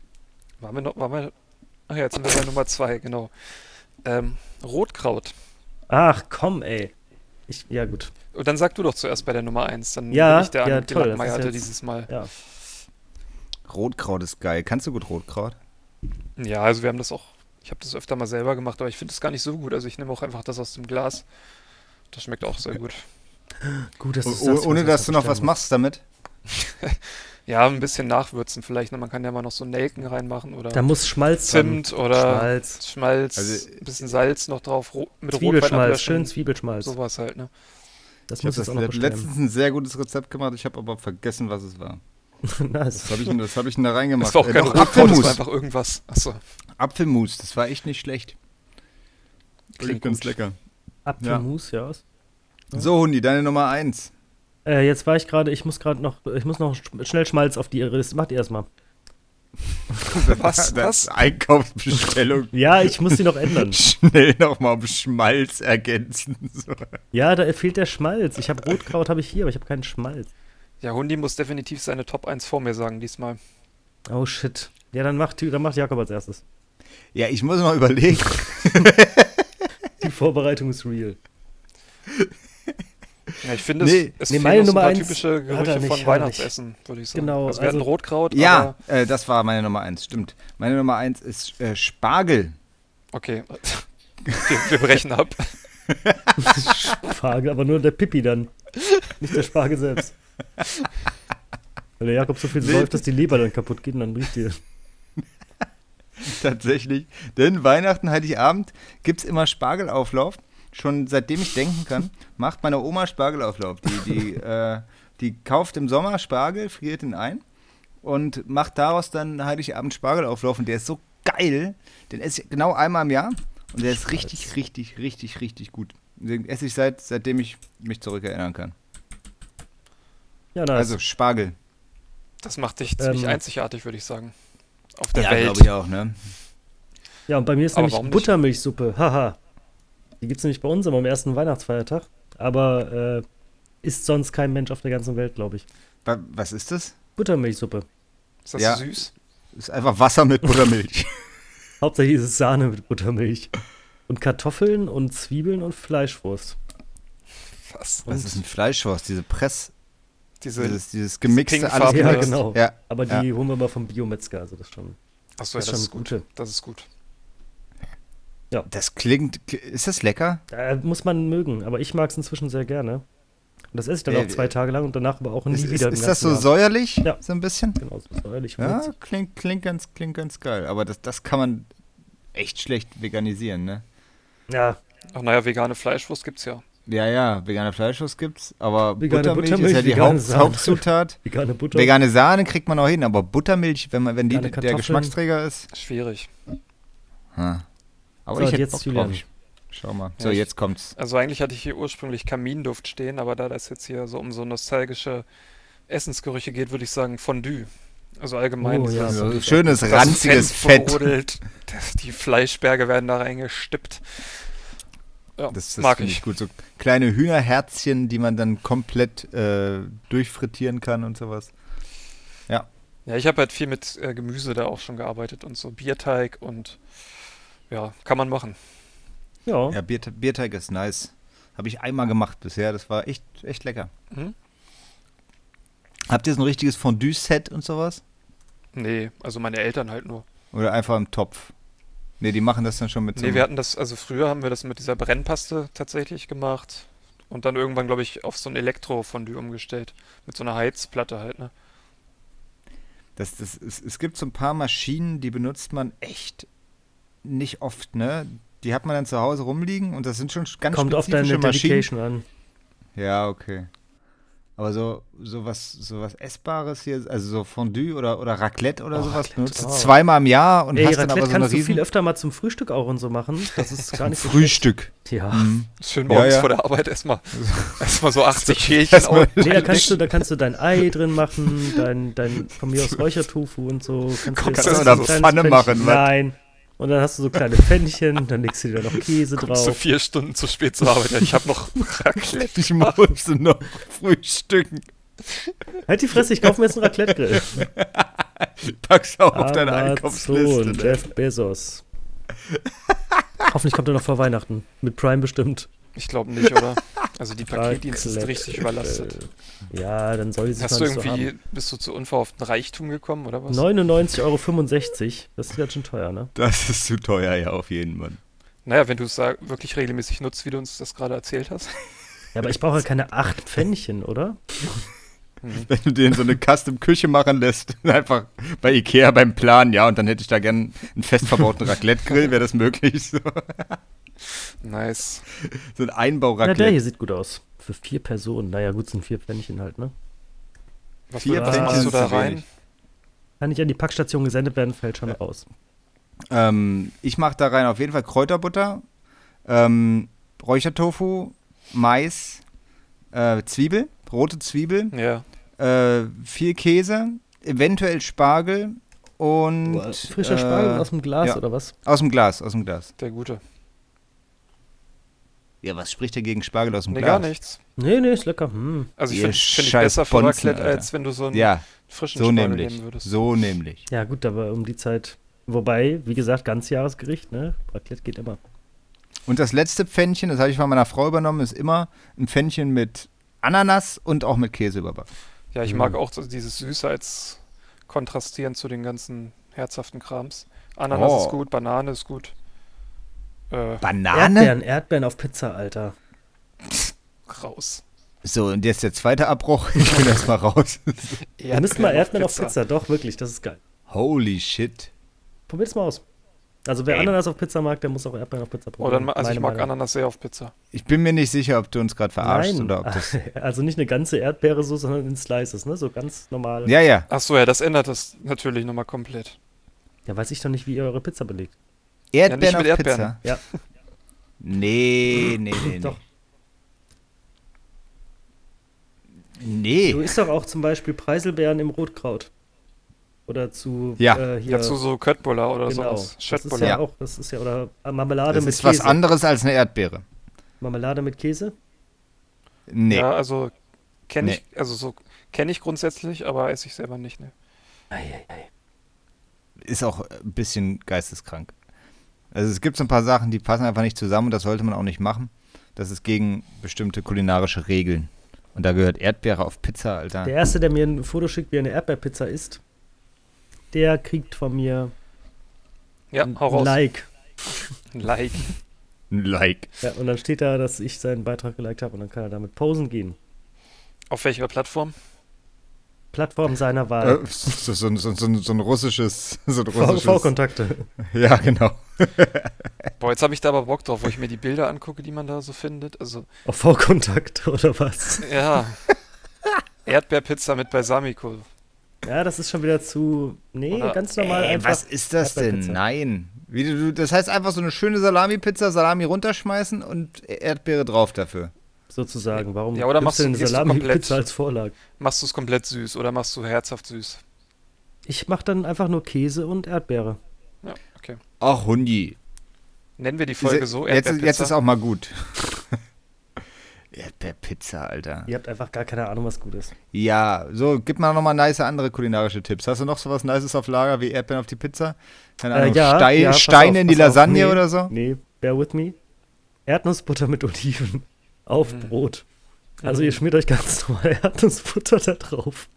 Ach ja, jetzt sind wir bei Nummer 2, genau. Rotkraut. Ach, komm, ey. Ja, gut. Und dann sag du doch zuerst bei der Nummer 1, dann Ja, bin ich der ja, toll, das ist Meierte jetzt- dieses Mal. Ja. Rotkraut ist geil. Kannst du gut Rotkraut? Ja, also wir haben das auch, ich habe das öfter mal selber gemacht, aber ich finde es gar nicht so gut. Also ich nehme auch einfach das aus dem Glas. Das schmeckt auch sehr gut. Gut, dass du sagst, Ohne was dass du noch was bestellen machst damit? Ja, ein bisschen nachwürzen vielleicht. Ne? Man kann ja mal noch so Nelken reinmachen oder musst. Da muss Schmalz dran. Zimt oder Schmalz. Schmalz, Also, ein bisschen Salz noch drauf, mit Rotwein Zwiebelschmalz, ablöschen. schön Zwiebelschmalz. Sowas halt, ne? Das Ich habe muss jetzt auch noch bestellen. letztens ein sehr gutes Rezept gemacht, ich habe aber vergessen, was es war. Nice. Was hab ich denn da reingemacht? Das war auch kein doch, Rotkraut, das war Apfelmus. einfach irgendwas. Achso, Apfelmus, das war echt nicht schlecht. Klingt ganz gut. lecker. Apfelmus, ja. Ja. So, Hundi, deine Nummer 1. Jetzt war ich gerade, ich muss noch schnell Schmalz auf die Irre. Das macht ihr erstmal. Was? Das ist Einkaufsbestellung. Ja, ich muss die noch ändern. Schnell nochmal um Schmalz ergänzen. So. Ja, da fehlt der Schmalz. Ich habe Rotkraut, habe ich hier, aber ich habe keinen Schmalz. Ja, Hundi muss definitiv seine Top 1 vor mir sagen diesmal. Oh shit. Ja, dann macht Jakob als erstes. Ja, ich muss mal überlegen. Die Vorbereitung ist real. Ja, ich finde, Nee. es Nee, fehlen meine noch so ein Nummer paar 1 typische hat er Gerüche nicht, von hat er Weihnachtsessen, würde ich sagen. Genau, Also wir hatten also- Rotkraut, Ja, aber das war meine Nummer 1, stimmt. Meine Nummer 1 ist Spargel. okay. Wir brechen ab. Spargel, aber nur der Pipi dann. Nicht der Spargel selbst. Weil der Jakob so viel Nee. säuft, dass die Leber dann kaputt geht und dann riecht die. Tatsächlich. Denn Weihnachten, Heiligabend, gibt es immer Spargelauflauf. Schon seitdem ich denken kann, macht meine Oma Spargelauflauf. Die kauft im Sommer Spargel, friert ihn ein und macht daraus dann Heiligabend Spargelauflauf. Und der ist so geil. Den esse ich genau einmal im Jahr. Und der ist richtig, richtig, richtig, richtig gut. Den esse ich seitdem ich mich zurückerinnern kann. Ja, nice. Also Spargel. Das macht dich ziemlich einzigartig, würde ich sagen. Auf der Ja, Welt. glaube ich auch, ne? Ja, und bei mir ist Aber nämlich warum nicht? Buttermilchsuppe. Haha. Die gibt es nämlich bei uns immer am ersten Weihnachtsfeiertag. Aber isst sonst kein Mensch auf der ganzen Welt, glaube ich. Was ist das? Buttermilchsuppe. Ist das Ja. süß? Ist einfach Wasser mit Buttermilch. Hauptsächlich ist es Sahne mit Buttermilch. Und Kartoffeln und Zwiebeln und Fleischwurst. Was? Was ist ein Fleischwurst? Diese Dieses gemixte Pink alles Farbe, Ja, gemixt. genau. Ja, Aber ja. die holen wir mal vom Biometzger. Also das ist schon. Achso, Das ja, ist das schon ist gut. gute. Das ist gut. Das klingt. Ist das lecker? Muss man mögen, aber ich mag es inzwischen sehr gerne. Und das esse ich dann auch 2 Tage lang und danach aber auch nie Ist wieder. das den so ganzen Jahr. säuerlich? Ja. So ein bisschen? Genau, so säuerlich. Ja, würzig. klingt ganz geil. Aber das kann man echt schlecht veganisieren, ne? Ja, Ach naja, vegane Fleischwurst gibt's ja. Ja, vegane Fleischwurst gibt's, aber Vegane Buttermilch ist Buttermilch, ja die vegane Sahne. Hauptzutat. vegane Butter. Vegane Sahne kriegt man auch hin, aber Buttermilch, wenn die Vegane der Kartoffeln. Geschmacksträger ist. Schwierig. Aber So, ich hätte jetzt Bock Julian. drauf. Schau mal. Ja, So, ich- jetzt kommt's. Also eigentlich hatte ich hier ursprünglich Kaminduft stehen, aber da das jetzt hier so um so nostalgische Essensgerüche geht, würde ich sagen Fondue. Also allgemein. Oh, ist ja. das- So, schönes, das ranziges Fett. brodelt, die Fleischberge werden da reingestippt. Ja, Das mag finde ich. ich gut. So kleine Hühnerherzchen, die man dann komplett durchfrittieren kann und sowas. Ja, ich habe halt viel mit Gemüse da auch schon gearbeitet und so Bierteig und ja, kann man machen. Ja, Ja, Bierteig ist nice. Habe ich einmal gemacht bisher. Das war echt lecker. Mhm. Habt ihr so ein richtiges Fondue-Set und sowas? Nee, also meine Eltern halt nur. Oder einfach im Topf? Nee, die machen das dann schon mit so Nee, einem- wir hatten das, also früher haben wir das mit dieser Brennpaste tatsächlich gemacht und dann irgendwann, glaube ich, auf so ein Elektro-Fondue umgestellt. Mit so einer Heizplatte halt, ne? Es gibt so ein paar Maschinen, die benutzt man echt nicht oft, ne? Die hat man dann zu Hause rumliegen und das sind schon ganz Kommt auf spezifische deine Maschinen. Dedication an. Ja, okay. Aber so was Essbares hier, also so Fondue oder Raclette oder sowas, Raclette, benutzt du oh. zweimal im Jahr und Ey, hast dann aber Raclette so eine kannst du riesen viel öfter mal zum Frühstück auch und so machen. Das ist gar nicht so Frühstück. schlecht. Ja. Mhm. Schön morgens Ja. vor der Arbeit erstmal so 80 Schälchen Erstmal- auf. Nee, da kannst du dein Ei drin machen, dein von mir aus Räuchertofu und so. Kannst dir du so da ein kleines Pfanne Pfännchen- machen, was? Nein. Und dann hast du so kleine Pfännchen, dann legst du dir da noch Käse Kommst du drauf. 4 Stunden zu spät zur Arbeit. Ja, ich habe noch Raclette. Ich musste noch frühstücken. Halt die Fresse, ich kaufe mir jetzt einen Raclette-Grill. Pack's auch auf deine Amazon, Einkaufsliste. Ne? Jeff Bezos. Hoffentlich kommt er noch vor Weihnachten. Mit Prime bestimmt. Ich glaube nicht, oder? Also die Paketdienste sind Raclette. richtig überlastet. Ja, dann soll sie Hast mal du nicht so irgendwie, haben. bist du zu unverhofften Reichtum gekommen, oder was? 49,65 €. Das ist ganz schön teuer, ne? Das ist zu teuer, ja, auf jeden Fall. Naja, wenn du es wirklich regelmäßig nutzt, wie du uns das gerade erzählt hast. Ja, aber ich brauche ja keine 8 Pfännchen, oder? Wenn du den so eine Custom-Küche machen lässt, einfach bei Ikea beim Plan, ja, und dann hätte ich da gern einen fest verbauten Raclette-Grill, wäre das möglich? So, Nice. so ein Na, der Einbau-Raclette. hier sieht gut aus. Für 4 Personen. Naja, gut, sind 4 Pfännchen halt, ne? Was, 4 was Pfännchen machst du sind da zu rein? wenig. Kann nicht an die Packstation gesendet werden, fällt schon raus. Ich mache da rein auf jeden Fall Kräuterbutter, Räuchertofu, Mais, Zwiebel, rote Zwiebel, Ja. viel Käse, eventuell Spargel und Frischer Spargel aus dem Glas ja. oder was? Aus dem Glas, aus dem Glas. Der Gute. Ja, was spricht dagegen Spargel aus dem Nee, Glas? gar nichts. Nee, ist lecker. Also ich Ihr finde find ich scheiß besser für Bonzen, Raclette, Alter. als wenn du so einen Ja, frischen so Spargel nämlich. nehmen würdest. So nämlich. Ja, gut, aber um die Zeit. Wobei, wie gesagt, Ganzjahresgericht, ne? Raclette geht immer. Und das letzte Pfännchen, das habe ich von meiner Frau übernommen, ist immer ein Pfännchen mit Ananas und auch mit Käse überbacken. Ja, ich mag auch so dieses Süße als kontrastierend zu den ganzen herzhaften Krams. Ananas Oh. ist gut, Banane ist gut. Banane? Erdbeeren auf Pizza, Alter. Raus. So, und jetzt der zweite Abbruch. Ich bin erstmal raus. Wir müssten mal Erdbeeren auf Pizza. Doch, wirklich, das ist geil. Holy shit. Probier's mal aus. Also wer Ey. Ananas auf Pizza mag, der muss auch Erdbeeren auf Pizza Oh, probieren. dann, also ich Meine mag Meinung. Ananas sehr auf Pizza. Ich bin mir nicht sicher, ob du uns gerade verarschst Nein, oder ob das. also nicht eine ganze Erdbeere so, sondern in Slices, ne? So ganz normal. Ja, ja. Achso, ja, das ändert das natürlich nochmal komplett. Ja, weiß ich doch nicht, wie ihr eure Pizza belegt. Erdbeeren nicht auf mit Erdbeeren. Pizza. Ja. Nee. Doch. Nee. Du isst doch auch zum Beispiel Preiselbeeren im Rotkraut. Oder zu Ja. hier. Ja, zu so Köttbullar oder genau. sowas. Das ist Schöttbullar. ja Ja. auch, das ist ja, oder Marmelade Das mit ist was Käse. anderes als eine Erdbeere. Marmelade mit Käse? Nee. Ja, also kenne Nee. ich, also so kenne ich grundsätzlich, aber esse ich selber nicht, ne. Ist auch ein bisschen geisteskrank. Also es gibt so ein paar Sachen, die passen einfach nicht zusammen und das sollte man auch nicht machen. Das ist gegen bestimmte kulinarische Regeln. Und da gehört Erdbeere auf Pizza, Alter. Der Erste, der mir ein Foto schickt, wie er eine Erdbeerpizza isst, der kriegt von mir Ja, ein hau raus. Like. Ein Like. Ein Like. Ja, und dann steht da, dass ich seinen Beitrag geliked habe und dann kann er damit posen gehen. Auf welcher Plattform? Plattform seiner Wahl. So ein russisches. So ein russisches V-Kontakte. ja, genau. Boah, jetzt habe ich da aber Bock drauf, wo ich mir die Bilder angucke, die man da so findet. Also, Auf V-Kontakte oder was? ja. Erdbeerpizza mit Balsamico. Ja, das ist schon wieder zu. Nee, Oder- ganz normal Ey, einfach. was ist das denn? Erdbeerpizza. Nein. Das heißt einfach so eine schöne Salami-Pizza, Salami runterschmeißen und Erdbeere drauf dafür. Sozusagen. Warum Ja, oder gibst machst du du- denn gehst du Salami-Pizza komplett- als Vorlage? Machst du es komplett süß oder machst du herzhaft süß? Ich mach dann einfach nur Käse und Erdbeere. Ja, okay. Ach, Hundi. Nennen wir die Folge so, Jetzt ist auch mal gut. Erdbeerpizza, Alter. Ihr habt einfach gar keine Ahnung, was gut ist. Ja, so, gib mal nochmal nice andere kulinarische Tipps. Hast du noch sowas Nices auf Lager wie Erdbeeren auf die Pizza? Keine Ahnung, pass Steine auf, in die pass auf. Lasagne Nee, oder so? Nee, bear with me. Erdnussbutter mit Oliven auf Brot. Also ihr schmiert euch ganz normal Erdnussbutter da drauf.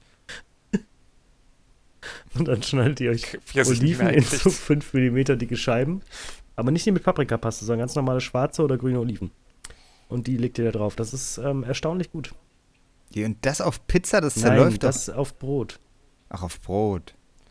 Und dann schneidet ihr euch Wie sind die Oliven mir in so eigentlich? 5 mm dicke Scheiben. Aber nicht die mit Paprikapaste, sondern ganz normale schwarze oder grüne Oliven. Und die legt ihr da drauf. Das ist erstaunlich gut. Ja, und das auf Pizza, das Nein, zerläuft doch. das auf Brot. Ach, auf Brot.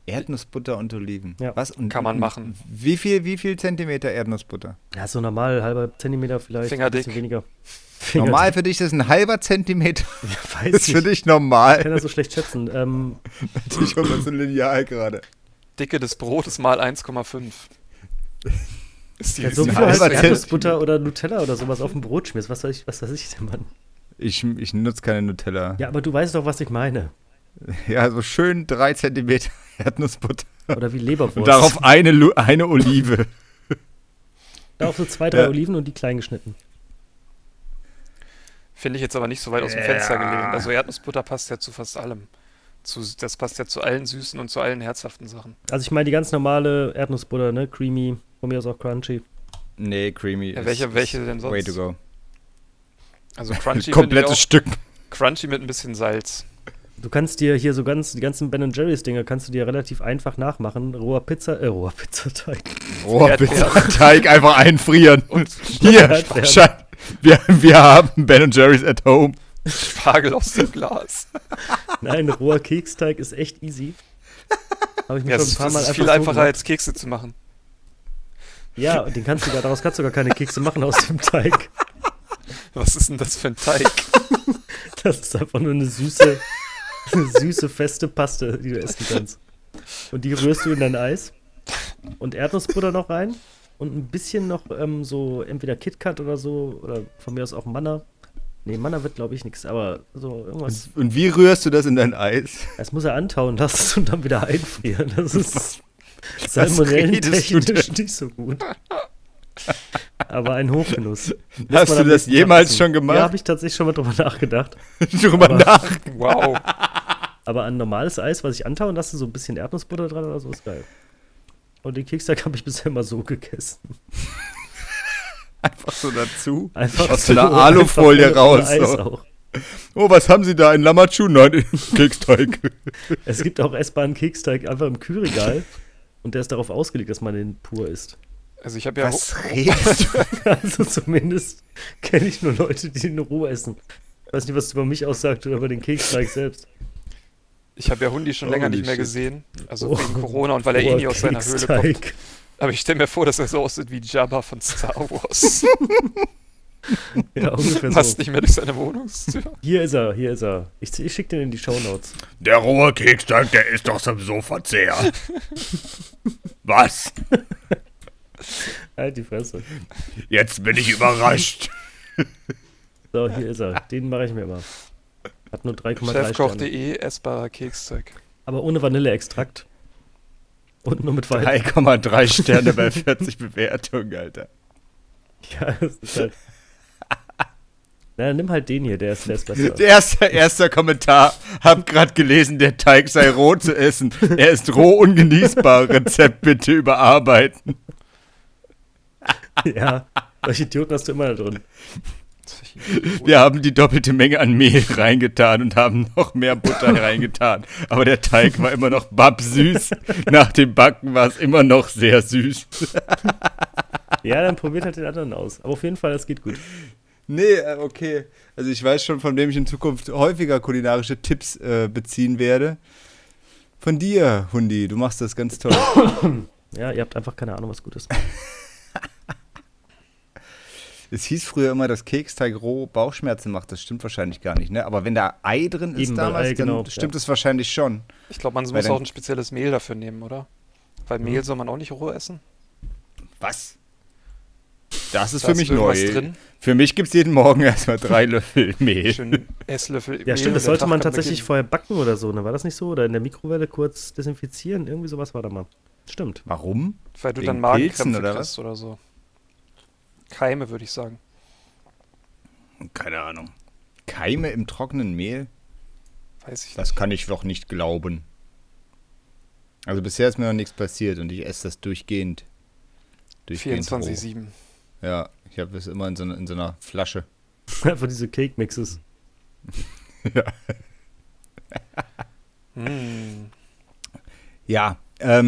Erdnussbutter und Oliven. Ja. Was? Und, Kann man machen. Wie viel Zentimeter Erdnussbutter? Ja, so normal, halber Zentimeter vielleicht. Fingerdick. Ein bisschen weniger. Normal für dich ist ein halber Zentimeter. Ja, weiß Das ist für nicht. dich Ich kann normal. das so schlecht schätzen. Ich hole mal so ein Lineal gerade. Dicke des Brotes mal 1,5. Ist die Ja, so wie ein du halt halber Erdnussbutter oder Nutella oder sowas auf dem Brot schmierst. Was weiß ich denn, Mann? Ich nutze keine Nutella. Ja, aber du weißt doch, was ich meine. Ja, so schön 3 Zentimeter Erdnussbutter. Oder wie Leberwurst. Und darauf eine Olive. Darauf so 2, 3 Ja. Oliven und die klein geschnitten. Finde ich jetzt aber nicht so weit aus dem Fenster gelehnt. Also Erdnussbutter passt ja zu fast allem. Das passt ja zu allen süßen und zu allen herzhaften Sachen. Also ich meine die ganz normale Erdnussbutter, ne? Creamy, von mir aus auch crunchy. Nee, creamy. Ja, ist welche denn sonst? Way to go. Also crunchy Komplettes Stück. Crunchy mit ein bisschen Salz. Du kannst dir hier so die ganzen Ben Jerry's Dinger kannst du dir relativ einfach nachmachen. Roher Pizzateig. Rohrpizzateig einfach einfrieren. Und Hier, Erdbeeren. wir haben Ben Jerry's at home. Spargel aus dem Glas. Nein, roher Keksteig ist echt easy. Habe ich mir Ja, schon das ein paar Mal ist einfach viel so einfacher gemacht. als Kekse zu machen. Ja, und daraus kannst du gar keine Kekse machen aus dem Teig. Was ist denn das für ein Teig? Das ist einfach nur eine süße, feste Paste, die du essen kannst. Und die rührst du in dein Eis und Erdnussbutter noch rein und ein bisschen noch so entweder KitKat oder so oder von mir aus auch Manna. Nee, Manna wird glaube ich nichts, aber so irgendwas. Und wie rührst du das in dein Eis? Das muss er antauen lassen und dann wieder einfrieren. Das ist redest du salmonellentechnisch nicht so gut. Aber ein Hochgenuss. Hast du das jemals schon gemacht? Ja, habe ich tatsächlich schon mal drüber nachgedacht. Drüber Aber- nach. Wow. Aber ein normales Eis, was ich antauen lasse, so ein bisschen Erdnussbutter dran oder so, ist geil. Und den Keksteig habe ich bisher immer so gegessen. Einfach so dazu. Einfach Aus so einer so, Alufolie einfach ohne raus. Eis So. auch. Oh, was haben Sie da? Ein Lammertschuh? Nein, Keksteig. Es gibt auch essbaren Keksteig einfach im Kühlregal. Und der ist darauf ausgelegt, dass man den pur isst. Also ich habe ja Was redest du? Also zumindest kenne ich nur Leute, die den roh essen. Ich weiß nicht, was es über mich aussagt oder über den Keksteig selbst. Ich habe ja Hundi schon länger Holy nicht mehr shit. gesehen. Also Oh. wegen Corona und weil er eh nie aus seiner Höhle kommt. Keksteig. Aber ich stelle mir vor, dass er so aussieht wie Jabba von Star Wars. Ja, ungefähr Passt so. nicht mehr durch seine Wohnungstür. Hier ist er. Ich schicke den in die Shownotes. Der rohe Keksteig, der ist doch sowieso verzehrt. Was? Halt die Fresse. Jetzt bin ich überrascht. So, hier ist er. Den mache ich mir immer. Hat nur 3,3 Sterne. Chefkoch.de, essbarer Keksteig. Aber ohne Vanilleextrakt. Und nur mit Wein. 3,3 Sterne bei 40 Bewertungen, Alter. Ja, das ist halt. Na, nimm halt den hier, der ist besser. Erster Kommentar. Hab grad gelesen, der Teig sei roh zu essen. Er ist roh ungenießbar. Rezept bitte überarbeiten. Ja, solche Idioten hast du immer da drin. Wir haben die doppelte Menge an Mehl reingetan und haben noch mehr Butter reingetan. Aber der Teig war immer noch babsüß. Nach dem Backen war es immer noch sehr süß. Ja, dann probiert halt den anderen aus. Aber auf jeden Fall, es geht gut. Nee, okay. Also ich weiß schon, von wem ich in Zukunft häufiger kulinarische Tipps beziehen werde. Von dir, Hundi. Du machst das ganz toll. Ja, ihr habt einfach keine Ahnung, was gut ist. Es hieß früher immer, dass Keksteig roh Bauchschmerzen macht. Das stimmt wahrscheinlich gar nicht, ne? Aber wenn da Ei drin ist Eben, weil damals, Ei, genau, dann stimmt ja. es wahrscheinlich schon. Ich glaube, man Weil muss dann- auch ein spezielles Mehl dafür nehmen, oder? Weil Mehl soll man auch nicht roh essen. Was? Das ist Da für ist mich irgendwas neu. drin. Für mich gibt es jeden Morgen erstmal 3 Löffel Mehl. Schön Esslöffel Ja, stimmt, das sollte man tatsächlich vor. vorher backen oder so, ne? War das nicht so? Oder in der Mikrowelle kurz desinfizieren? Irgendwie sowas war da mal. Stimmt. Warum? Weil du wegen dann Magenkrämpfe Pilzen oder kriegst oder so. Keime, würde ich sagen. Keine Ahnung. Keime im trockenen Mehl? Weiß ich Das nicht. kann ich doch nicht glauben. Also bisher ist mir noch nichts passiert und ich esse das durchgehend. Roh. 24/7. Ja, ich habe es immer in so einer Flasche. Einfach diese Cake-Mixes. Mm. Ja,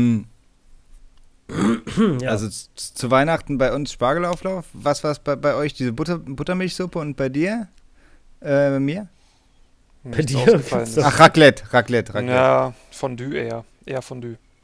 Ja. also zu Weihnachten bei uns Spargelauflauf. Was war es bei euch? Diese Buttermilchsuppe und bei dir? Mir? Bei Nichts dir ausgefallen gibt's ist. doch- Ach, Raclette. Ja, Fondue eher. Eher Fondue.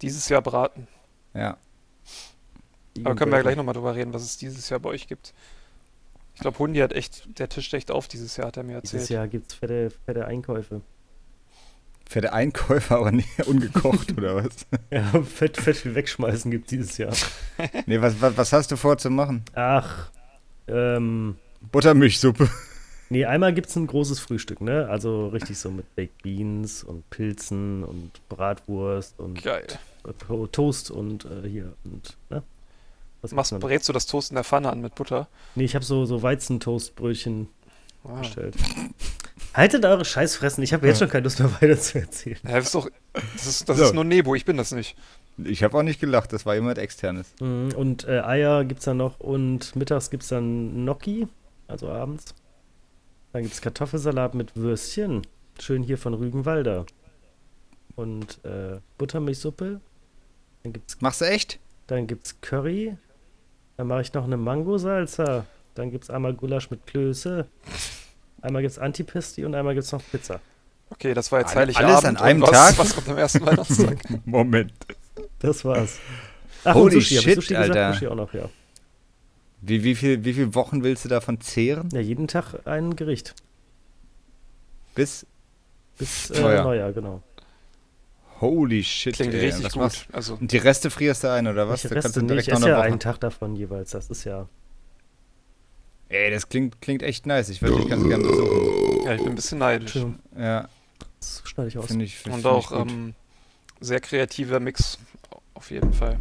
Dieses Jahr braten. Ja. Aber können wir ja gleich nochmal drüber reden, was es dieses Jahr bei euch gibt. Ich glaube, Hundi der tischt echt auf dieses Jahr, hat er mir erzählt. Dieses Jahr gibt es fette Einkäufe. Fette Einkäufer, aber nicht ungekocht, oder was? Ja, fett viel wegschmeißen gibt es dieses Jahr. Nee, was hast du vor zu machen? Ach, Buttermilchsuppe. nee, einmal gibt es ein großes Frühstück, ne? Also richtig so mit Baked Beans und Pilzen und Bratwurst und Geil. Toast und hier und, ne? Was gibt's noch? Brätst du das Toast in der Pfanne an mit Butter? Nee, ich habe so Weizentoastbrötchen Ah. bestellt. Haltet eure Scheißfressen, ich habe jetzt schon keine Lust mehr weiter zu erzählen. Ja, das ist So. ist nur Nebo, ich bin das nicht. Ich habe auch nicht gelacht, das war jemand Externes. Und Eier gibt's dann noch und mittags gibt's dann Gnocchi, also abends. Dann gibt's Kartoffelsalat mit Würstchen, schön hier von Rügenwalder. Und Buttermilchsuppe. Machst du echt? Dann gibt's Curry. Dann mache ich noch eine Mango-Salsa. Dann gibt's einmal Gulasch mit Klöße. Einmal gibt's Antipasti und einmal gibt's noch Pizza. Okay, das war jetzt Alles Heiligabend. an einem und Tag? Was kommt am ersten Weihnachtstag? Moment. Das war's. Ach, Holy und Sushi. Hab ich shit, Sushi gesagt? Alter. Sushi auch noch, ja. Wie viele Wochen willst du davon zehren? Ja, jeden Tag ein Gericht. Bis Bis Neujahr. Neujahr, genau. holy shit. Klingt ey. richtig Was gut. machst du? Also, Und die Reste frierst du ein, oder was? Ich Da kannst Reste du nicht. direkt Ich noch esse eine ja Woche. einen Tag davon jeweils. Das ist ja... Ey, das klingt echt nice. Ich würde dich ganz gerne besuchen. ja, ich bin ein bisschen neidisch. Schön. Ja, Das schneide ich aus. finde ich. Und find auch ich gut. sehr kreativer Mix, auf jeden Fall.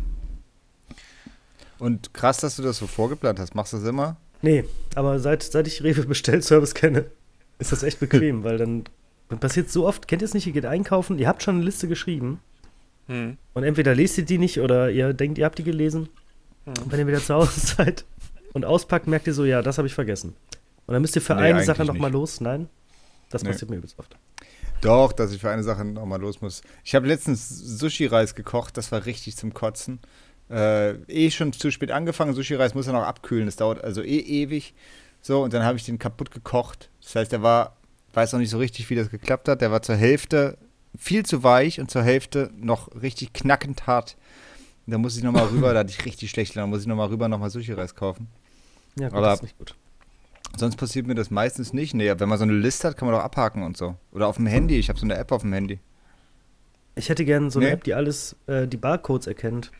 Und krass, dass du das so vorgeplant hast. Machst du das immer? Nee, aber seit ich Rewe Bestellservice kenne, ist das echt bequem, weil dann passiert so oft, kennt ihr es nicht, ihr geht einkaufen, ihr habt schon eine Liste geschrieben Hm. und entweder lest ihr die nicht oder ihr denkt, ihr habt die gelesen Hm. und wenn ihr wieder zu Hause seid und auspackt, merkt ihr so, ja, das habe ich vergessen. Und dann müsst ihr für Nee, eine Sache eigentlich nochmal los. Nein, das Nee. passiert mir übelst oft. Doch, dass ich für eine Sache nochmal los muss. Ich habe letztens Sushi-Reis gekocht, das war richtig zum Kotzen. Schon zu spät angefangen, Sushi-Reis muss ja noch abkühlen, das dauert also ewig. So, und dann habe ich den kaputt gekocht. Das heißt, weiß noch nicht so richtig, wie das geklappt hat. Der war zur Hälfte viel zu weich und zur Hälfte noch richtig knackend hart. Und da muss ich nochmal rüber, da hatte ich richtig schlecht, da muss ich nochmal rüber nochmal Sushi-Reis kaufen. Ja, gut, Aber- das ist nicht gut. Sonst passiert mir das meistens nicht. Nee, wenn man so eine Liste hat, kann man doch abhaken und so. Oder auf dem Handy, ich habe so eine App auf dem Handy. Ich hätte gerne so eine Nee. App, die alles, die Barcodes erkennt.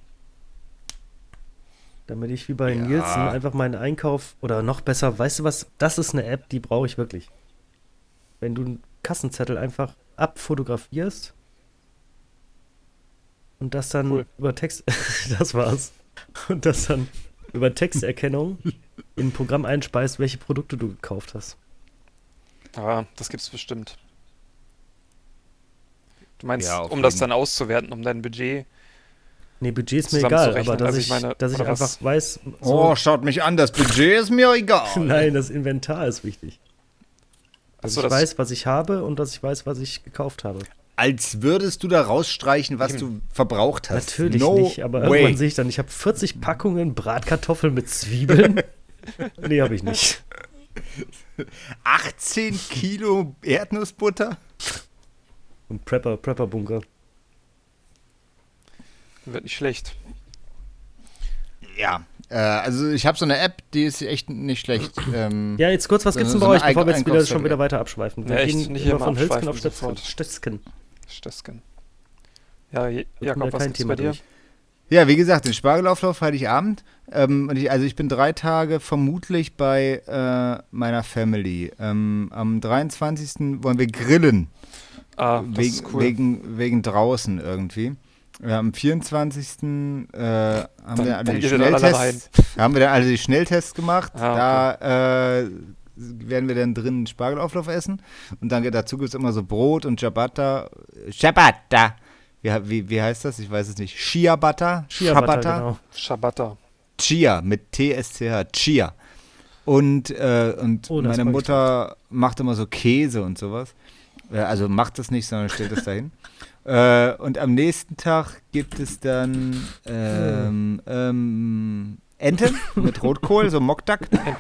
Damit ich wie bei Ja. Nielsen einfach meinen Einkauf, oder noch besser, weißt du was, das ist eine App, die brauche ich wirklich. Wenn du einen Kassenzettel einfach abfotografierst und das dann Cool. über Text, das war's, und das dann über Texterkennung in ein Programm einspeist, welche Produkte du gekauft hast. Ja, das gibt's bestimmt. Du meinst, Ja, auf um das jeden. dann auszuwerten, um dein Budget. Nee, Budget ist mir egal, Zusammenzurechnen, aber dass also ich, ich meine, dass ich oder was? einfach weiß, Oh, schaut mich an, das Budget ist mir egal. nein, das Inventar ist wichtig. Dass Achso, ich weiß, was ich habe und dass ich weiß, was ich gekauft habe. Als würdest du da rausstreichen, was du verbraucht hast. Natürlich no nicht, aber way. irgendwann sehe ich dann, ich habe 40 Packungen Bratkartoffeln mit Zwiebeln. Nee, habe ich nicht. 18 Kilo Erdnussbutter? Und Prepper-Bunker. Wird nicht schlecht. Ja, also ich habe so eine App, die ist echt nicht schlecht. Ja, jetzt kurz, was So- gibt's denn so bei eine euch, bevor wir jetzt wieder, Einkaufszettel. schon wieder weiter abschweifen? Wir Ja, echt, gehen nicht immer immer von Hölzgen abschweifen auf sofort. Stötzken. Stößken. Ja, Wird Jakob, wieder was kein gibt's Thema bei dir? durch. Ja, wie gesagt, den Spargelauflauf Heiligabend. Und ich bin 3 Tage vermutlich bei meiner Family. Am 23. wollen wir grillen. Ah, das wegen, ist cool. wegen draußen irgendwie. Am 24. haben wir alle dann die geht ihr dann alle Schnelltests. Haben wir dann alle die Schnelltests gemacht. Ah, Da werden wir dann drinnen Spargelauflauf essen. Und dann dazu gibt es immer so Brot und Ciabatta. Ciabatta! Wie heißt das? Ich weiß es nicht. Ciabatta? Ciabatta, genau. Schabatta. Chia mit TSCH. Chia. Und Oh, das meine mag ich Mutter macht immer so Käse und sowas. Also macht das nicht, sondern stellt das dahin. Und am nächsten Tag gibt es dann Ente mit Rotkohl, so Mockduck.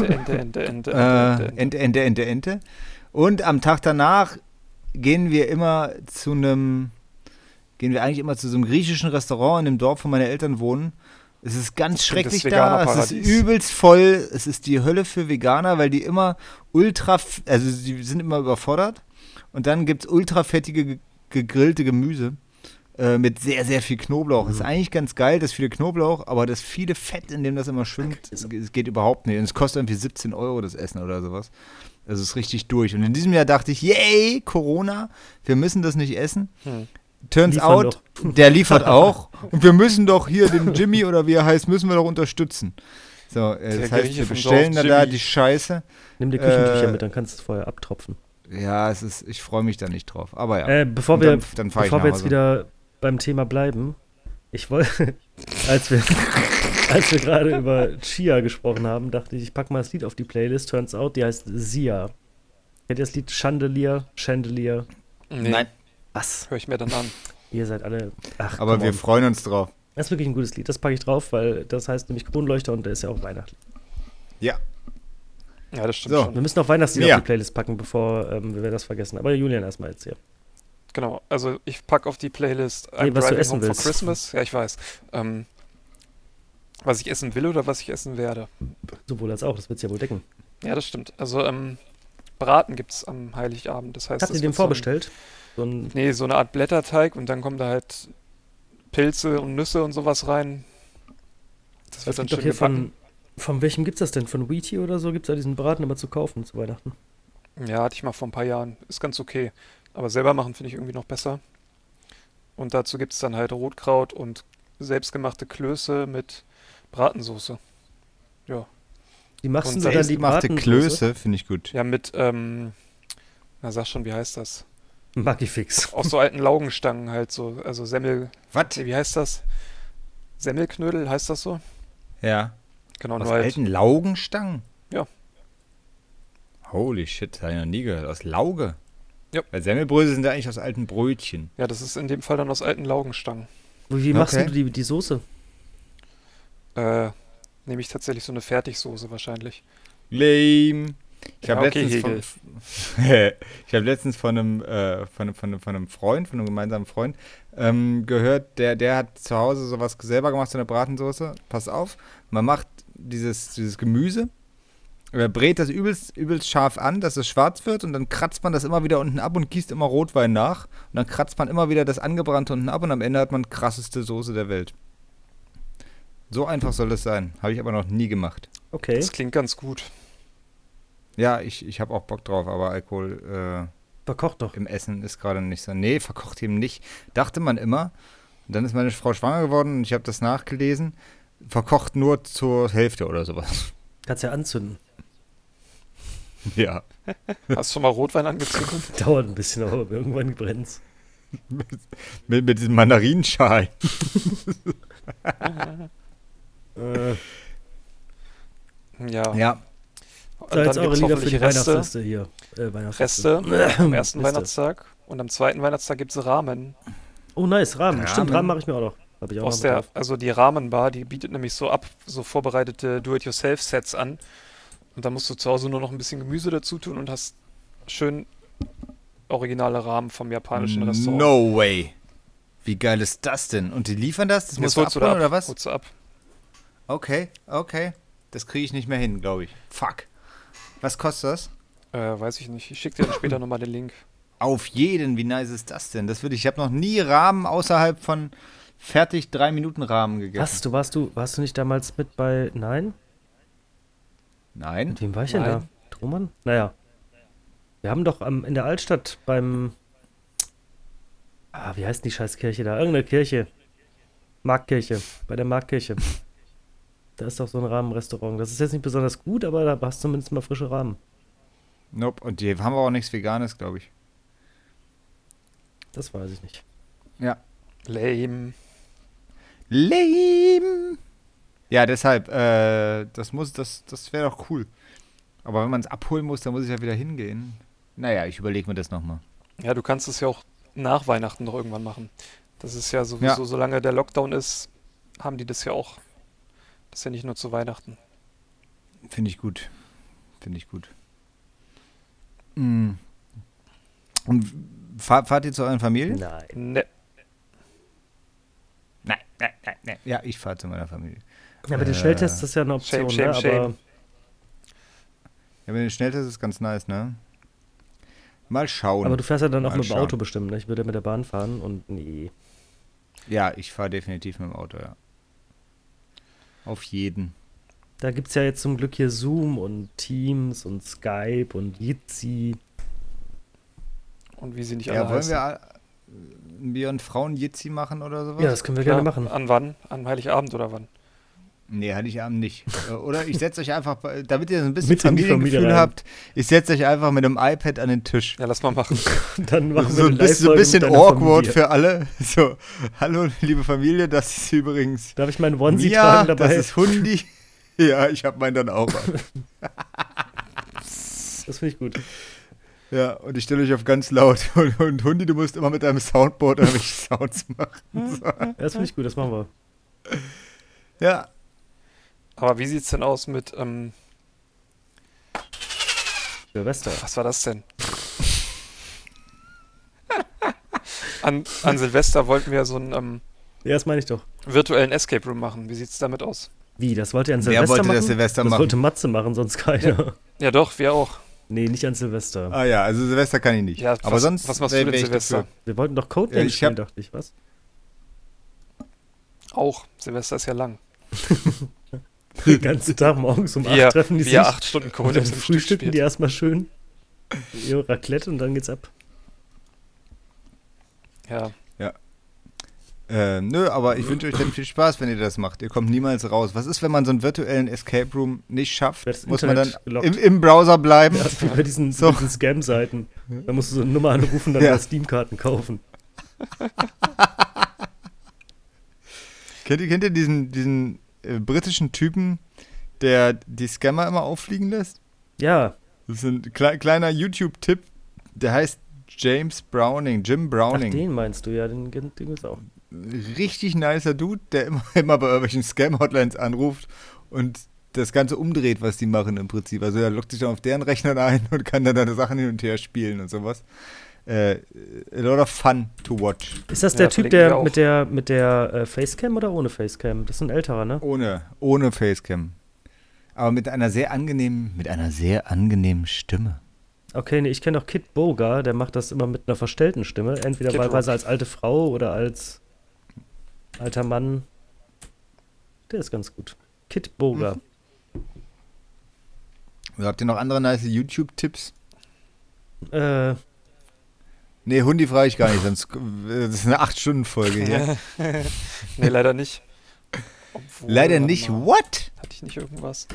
Ente. Und am Tag danach gehen wir immer zu einem gehen wir eigentlich immer zu so einem griechischen Restaurant in dem Dorf, wo meine Eltern wohnen. Es ist ganz Das klingt das schrecklich da, es ist Veganerparadies. übelst voll, es ist die Hölle für Veganer, weil die immer also die sind immer überfordert. Und dann gibt es ultra fettige gegrillte Gemüse mit sehr, sehr viel Knoblauch. Ist eigentlich ganz geil, das viele Knoblauch, aber das viele Fett, in dem das immer schwimmt, es geht überhaupt nicht. Und es kostet irgendwie 17 Euro das Essen oder sowas. Also es ist richtig durch. Und in diesem Jahr dachte ich, yay, Corona, wir müssen das nicht essen. Turns Liefern out, der liefert auch. Und wir müssen doch hier den Jimmy oder wie er heißt, müssen wir doch unterstützen. So, das heißt, Grieche wir vom bestellen Dorf, da Jimmy. die Scheiße. Nimm die Küchentücher Äh, mit, dann kannst du es vorher abtropfen. Ja, ich freue mich da nicht drauf. Aber ja. Bevor Und wir, dann fahr ich bevor nach wir jetzt Hause. wieder beim Thema bleiben, ich wollte, als wir gerade über Chia gesprochen haben, dachte ich packe mal das Lied auf die Playlist. Turns out, die heißt Sia. Kennt ihr das Lied Chandelier? Nee, Nein, Was? höre ich mir dann an. Ihr seid alle. Ach, aber come wir on. freuen uns drauf. Das ist wirklich ein gutes Lied. Das packe ich drauf, weil das heißt nämlich Kronleuchter und der ist ja auch Weihnachten. Ja. Ja, das stimmt So. schon. Wir müssen auch Weihnachtslieder Ja. auf die Playlist packen, bevor wir das vergessen. Aber Julian erstmal jetzt hier. Genau, also ich packe auf die Playlist Nee, was du Driving essen Home willst. for Christmas. Ja, ich weiß. Was ich essen will oder was ich essen werde. Sowohl als auch, das wird ja wohl decken. Ja, das stimmt. Also Braten gibt es am Heiligabend. Das heißt, Habt ihr das den wird so vorbestellt? So ein, Nee, so eine Art Blätterteig und dann kommen da halt Pilze und Nüsse und sowas rein. Das es wird dann gibt doch schön hier gebacken. von welchem gibt's das denn? Von Wheatie oder so? Gibt's da diesen Braten immer zu kaufen zu Weihnachten? Ja, hatte ich mal vor ein paar Jahren. Ist ganz okay. Aber selber machen finde ich irgendwie noch besser. Und dazu gibt es dann halt Rotkraut und selbstgemachte Klöße mit Bratensoße. Wie machst Und du dann die Selbstgemachte Bratensoße? Klöße finde ich gut. Ja, mit, na sag schon, wie heißt das? Magifix. Aus so alten Laugenstangen halt so, also Was? nee, wie heißt das? Semmelknödel, heißt das so? Ja. Genau, Aus nur halt, alten Laugenstangen? Ja. Holy shit, das habe ich noch nie gehört. Aus Lauge? Ja. Weil Semmelbrösel sind ja eigentlich aus alten Brötchen. ja, das ist in dem Fall dann aus alten Laugenstangen. Wie machst Okay. du die Soße? Nehme ich tatsächlich so eine Fertigsoße wahrscheinlich. Lame. Ich Ja, habe okay, letztens, ich hab letztens von einem Freund, von einem gemeinsamen Freund, gehört, der hat zu Hause sowas selber gemacht, so eine Bratensoße. Pass auf, man macht dieses Gemüse, brät das übelst scharf an, dass es schwarz wird und dann kratzt man das immer wieder unten ab und gießt immer Rotwein nach. Und dann kratzt man immer wieder das Angebrannte unten ab und am Ende hat man krasseste Soße der Welt. So einfach soll das sein. Habe ich aber noch nie gemacht. Okay. Das klingt ganz gut. Ja, ich habe auch Bock drauf, aber Alkohol Verkocht doch. im Essen ist gerade nicht so. Nee, verkocht eben nicht. Dachte man immer. Und dann ist meine Frau schwanger geworden und ich habe das nachgelesen. Verkocht nur zur Hälfte oder sowas. Kannst ja anzünden. Ja. Hast du schon mal Rotwein angezündet? Dauert ein bisschen, aber irgendwann brennt's. Mit diesem Mandarinenschal. Ja. Ja. Und So, jetzt dann eure gibt's Lieder für die hoffentlich Reste, Weihnachtsliste hier. Weihnachtsfeste. Reste am ersten Liste. Weihnachtstag. Und am zweiten Weihnachtstag gibt es Ramen. Oh, nice, Rahmen. Rahmen. Stimmt, Rahmen mache ich mir auch noch. Hab ich auch Aus noch der, drauf. also die Rahmenbar, die bietet nämlich so vorbereitete Do-it-yourself-Sets an. Und da musst du zu Hause nur noch ein bisschen Gemüse dazu tun und hast schön originale Rahmen vom japanischen Restaurant. No way. Wie geil ist das denn? Und die liefern das? Das musst du holst abholen oder was? Holst du ab. Okay. Das kriege ich nicht mehr hin, glaube ich. Fuck. Was kostet das? Weiß ich nicht. Ich schicke dir dann später nochmal den Link. Auf jeden, wie nice ist das denn? Ich habe noch nie Rahmen außerhalb von fertig 3-Minuten-Rahmen gegessen. Was? Warst du nicht damals mit bei. Nein? Nein? Mit wem war ich denn Nein. da? Truman? Naja. Wir haben doch in der Altstadt beim. Wie heißt denn die Scheißkirche da? Irgendeine Kirche. Marktkirche. Bei der Marktkirche. Da ist doch so ein Rahmenrestaurant. Das ist jetzt nicht besonders gut, aber da hast du zumindest mal frische Rahmen. Nope. Und die haben auch nichts Veganes, glaube ich. Das weiß ich nicht. Ja. Lame. Lame. Ja, deshalb, das wäre doch cool. Aber wenn man es abholen muss, dann muss ich ja wieder hingehen. Naja, ich überlege mir das nochmal. Ja, du kannst es ja auch nach Weihnachten noch irgendwann machen. Das ist ja sowieso, Ja. solange der Lockdown ist, haben die das ja auch. Das ist ja nicht nur zu Weihnachten. Finde ich gut. Mm. Und fahrt ihr zu euren Familien? Nein. Ne, Ja, ich fahre zu meiner Familie. Ja, mit den Schnelltests ist ja eine Option, Shame, ne? shame, Aber Ja, mit den Schnelltests ist ganz nice, ne? Mal schauen. Aber du fährst ja dann auch Mal mit dem schauen. Auto bestimmt, ne? Ich würde mit der Bahn fahren und nee. Ja, ich fahre definitiv mit dem Auto, ja. Auf jeden. Da gibt es ja jetzt zum Glück hier Zoom und Teams und Skype und Jitsi. Und wie sie nicht alle Ja, wollen heißen. wir einen Frauen-Jitsi machen oder sowas? Ja, das können wir Klar, gerne machen. An wann? An Heiligabend oder wann? Nee, Heiligabend nicht. Oder ich setze euch einfach, damit ihr so ein bisschen Mit in die Familie Familiengefühl rein. habt, ich setze euch einfach mit einem iPad an den Tisch. Ja, lass mal machen. Dann machen So wir ein eine bisschen, Live-Folge mit deiner awkward Familie. für alle. So, hallo liebe Familie, das ist übrigens Darf ich meinen Onesie Mia, tragen dabei? das ist Hundi. Ja, ich habe meinen dann auch an. Das finde ich gut. Ja, und ich stelle euch auf ganz laut. Und Hundi, du musst immer mit deinem Soundboard irgendwelche Sounds machen. So. Ja, das finde ich gut, das machen wir. Ja, Aber wie sieht's denn aus mit, Silvester. was war das denn? An Silvester wollten wir so einen Ja, das meine ich doch. virtuellen Escape Room machen. Wie sieht's damit aus? Wie, das wollt ihr an wer Silvester wollte machen? das Silvester Das machen? wollte Matze machen, sonst keiner. Ja doch, wir auch. Nee, nicht an Silvester. Ah ja, also Silvester kann ich nicht. Ja, aber sonst was machst wär- du denn wär ich Silvester? dafür. Wir wollten doch Codenames Ja, ich hab- spielen, dachte ich, was? Auch. Silvester ist ja lang. Den ganzen Tag morgens um 8 Wir, treffen die wir sich. 8 Stunden Und Code dann im Stück frühstücken die spielt. erstmal schön. Ihr Raclette und dann geht's ab. Ja, Nö, aber ich wünsche euch dann viel Spaß, wenn ihr das macht. Ihr kommt niemals raus. Was ist, wenn man so einen virtuellen Escape Room nicht schafft? Wird das Muss man dann Internet gelockt. im Browser bleiben? Ja, wie bei diesen, So. diesen Scam-Seiten. Da musst du so eine Nummer anrufen, dann Ja. Steam-Karten kaufen. Kennt ihr diesen britischen Typen, der die Scammer immer auffliegen lässt? Ja, Das ist ein kleiner YouTube-Tipp. Der heißt Jim ach, Browning. den meinst du, ja, den gibt's auch. Richtig nicer Dude, der immer bei irgendwelchen Scam-Hotlines anruft und das Ganze umdreht, was die machen im Prinzip. Also er lockt sich dann auf deren Rechnern ein und kann dann deine Sachen hin und her spielen und sowas. A lot of fun to watch. Ist das Ja, der Typ, verlinken wir der auch. mit der Facecam oder ohne Facecam? Das ist ein älterer, ne? Ohne Facecam. Aber mit einer sehr angenehmen Stimme. Okay, nee, ich kenne auch Kid Boga, der macht das immer mit einer verstellten Stimme. Entweder Kid wahlweise Rock. als alte Frau oder als alter Mann. Der ist ganz gut. Kid Boga. Habt ihr noch andere nice YouTube-Tipps? Äh, Nee, Hundi frage ich gar nicht, sonst das ist eine 8-Stunden-Folge hier. nee, leider nicht. Obwohl, Leider warte nicht. mal, What? Hatte ich nicht irgendwas?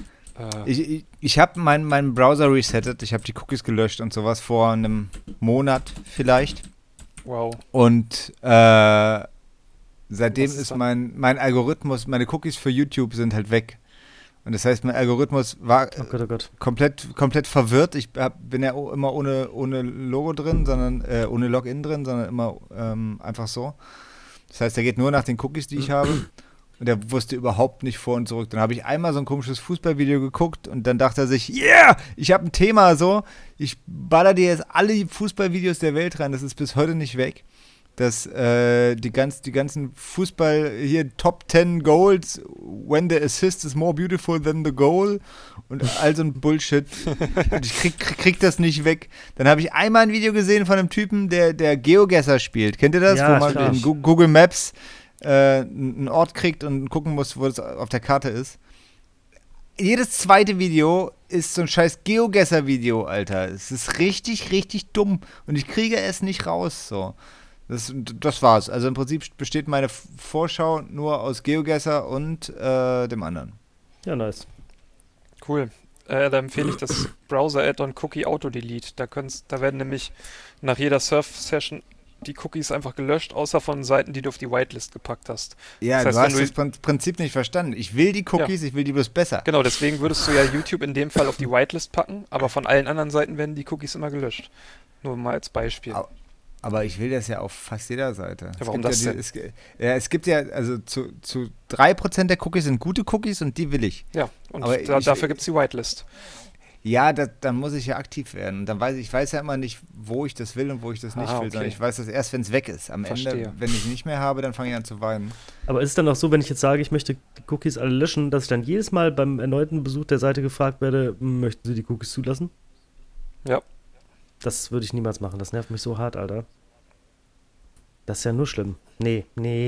Ich habe meinen Browser resettet, ich habe die Cookies gelöscht und sowas vor einem Monat vielleicht. Wow. Und seitdem Was ist ist da? mein Algorithmus, meine Cookies für YouTube sind halt weg. Und das heißt, mein Algorithmus war oh Gott, oh Gott. komplett verwirrt. Ich bin ja immer ohne Logo drin, sondern ohne Login drin, sondern immer einfach so. Das heißt, er geht nur nach den Cookies, die ich habe. Und er wusste überhaupt nicht vor und zurück. Dann habe ich einmal so ein komisches Fußballvideo geguckt und dann dachte er sich, yeah, ich habe ein Thema so. Ich baller dir jetzt alle Fußballvideos der Welt rein. Das ist bis heute nicht weg. Dass die ganzen Fußball hier Top 10 Goals, when the assist is more beautiful than the goal und all so ein Bullshit. Und ich krieg das nicht weg. Dann habe ich einmal ein Video gesehen von einem Typen, der Geogesser spielt. Kennt ihr das? Ja, wo man klar. in Google Maps einen Ort kriegt und gucken muss, wo es auf der Karte ist. Jedes zweite Video ist so ein scheiß Geogesser-Video, Alter. Es ist richtig, richtig dumm. Und ich kriege es nicht raus, so. Das war's. Also im Prinzip besteht meine Vorschau nur aus Geogesser und dem anderen. Ja, nice. Cool. Da empfehle ich das Browser-Add-on Cookie Auto-Delete. Da werden nämlich nach jeder Surf-Session die Cookies einfach gelöscht, außer von Seiten, die du auf die Whitelist gepackt hast. Ja, Das heißt, du hast wenn das Prinzip nicht verstanden. Ich will die Cookies, ich will die bloß besser. Genau, deswegen würdest du ja YouTube in dem Fall auf die Whitelist packen, aber von allen anderen Seiten werden die Cookies immer gelöscht. Nur mal als Beispiel. Aber ich will das ja auf fast jeder Seite. Ja, warum das denn? Es gibt ja, also zu 3% der Cookies sind gute Cookies und die will ich. Ja, und Aber dafür gibt es die Whitelist. Ja, dann muss ich ja aktiv werden. Und dann ich weiß ja immer nicht, wo ich das will und wo ich das nicht will, okay. sondern ich weiß das erst, wenn es weg ist. Am Ende, Verstehe. wenn ich nicht mehr habe, dann fange ich an zu weinen. Aber ist es dann auch so, wenn ich jetzt sage, ich möchte die Cookies alle löschen, dass ich dann jedes Mal beim erneuten Besuch der Seite gefragt werde, möchten Sie die Cookies zulassen? Ja. Das würde ich niemals machen. Das nervt mich so hart, Alter. Das ist ja nur schlimm. Nee.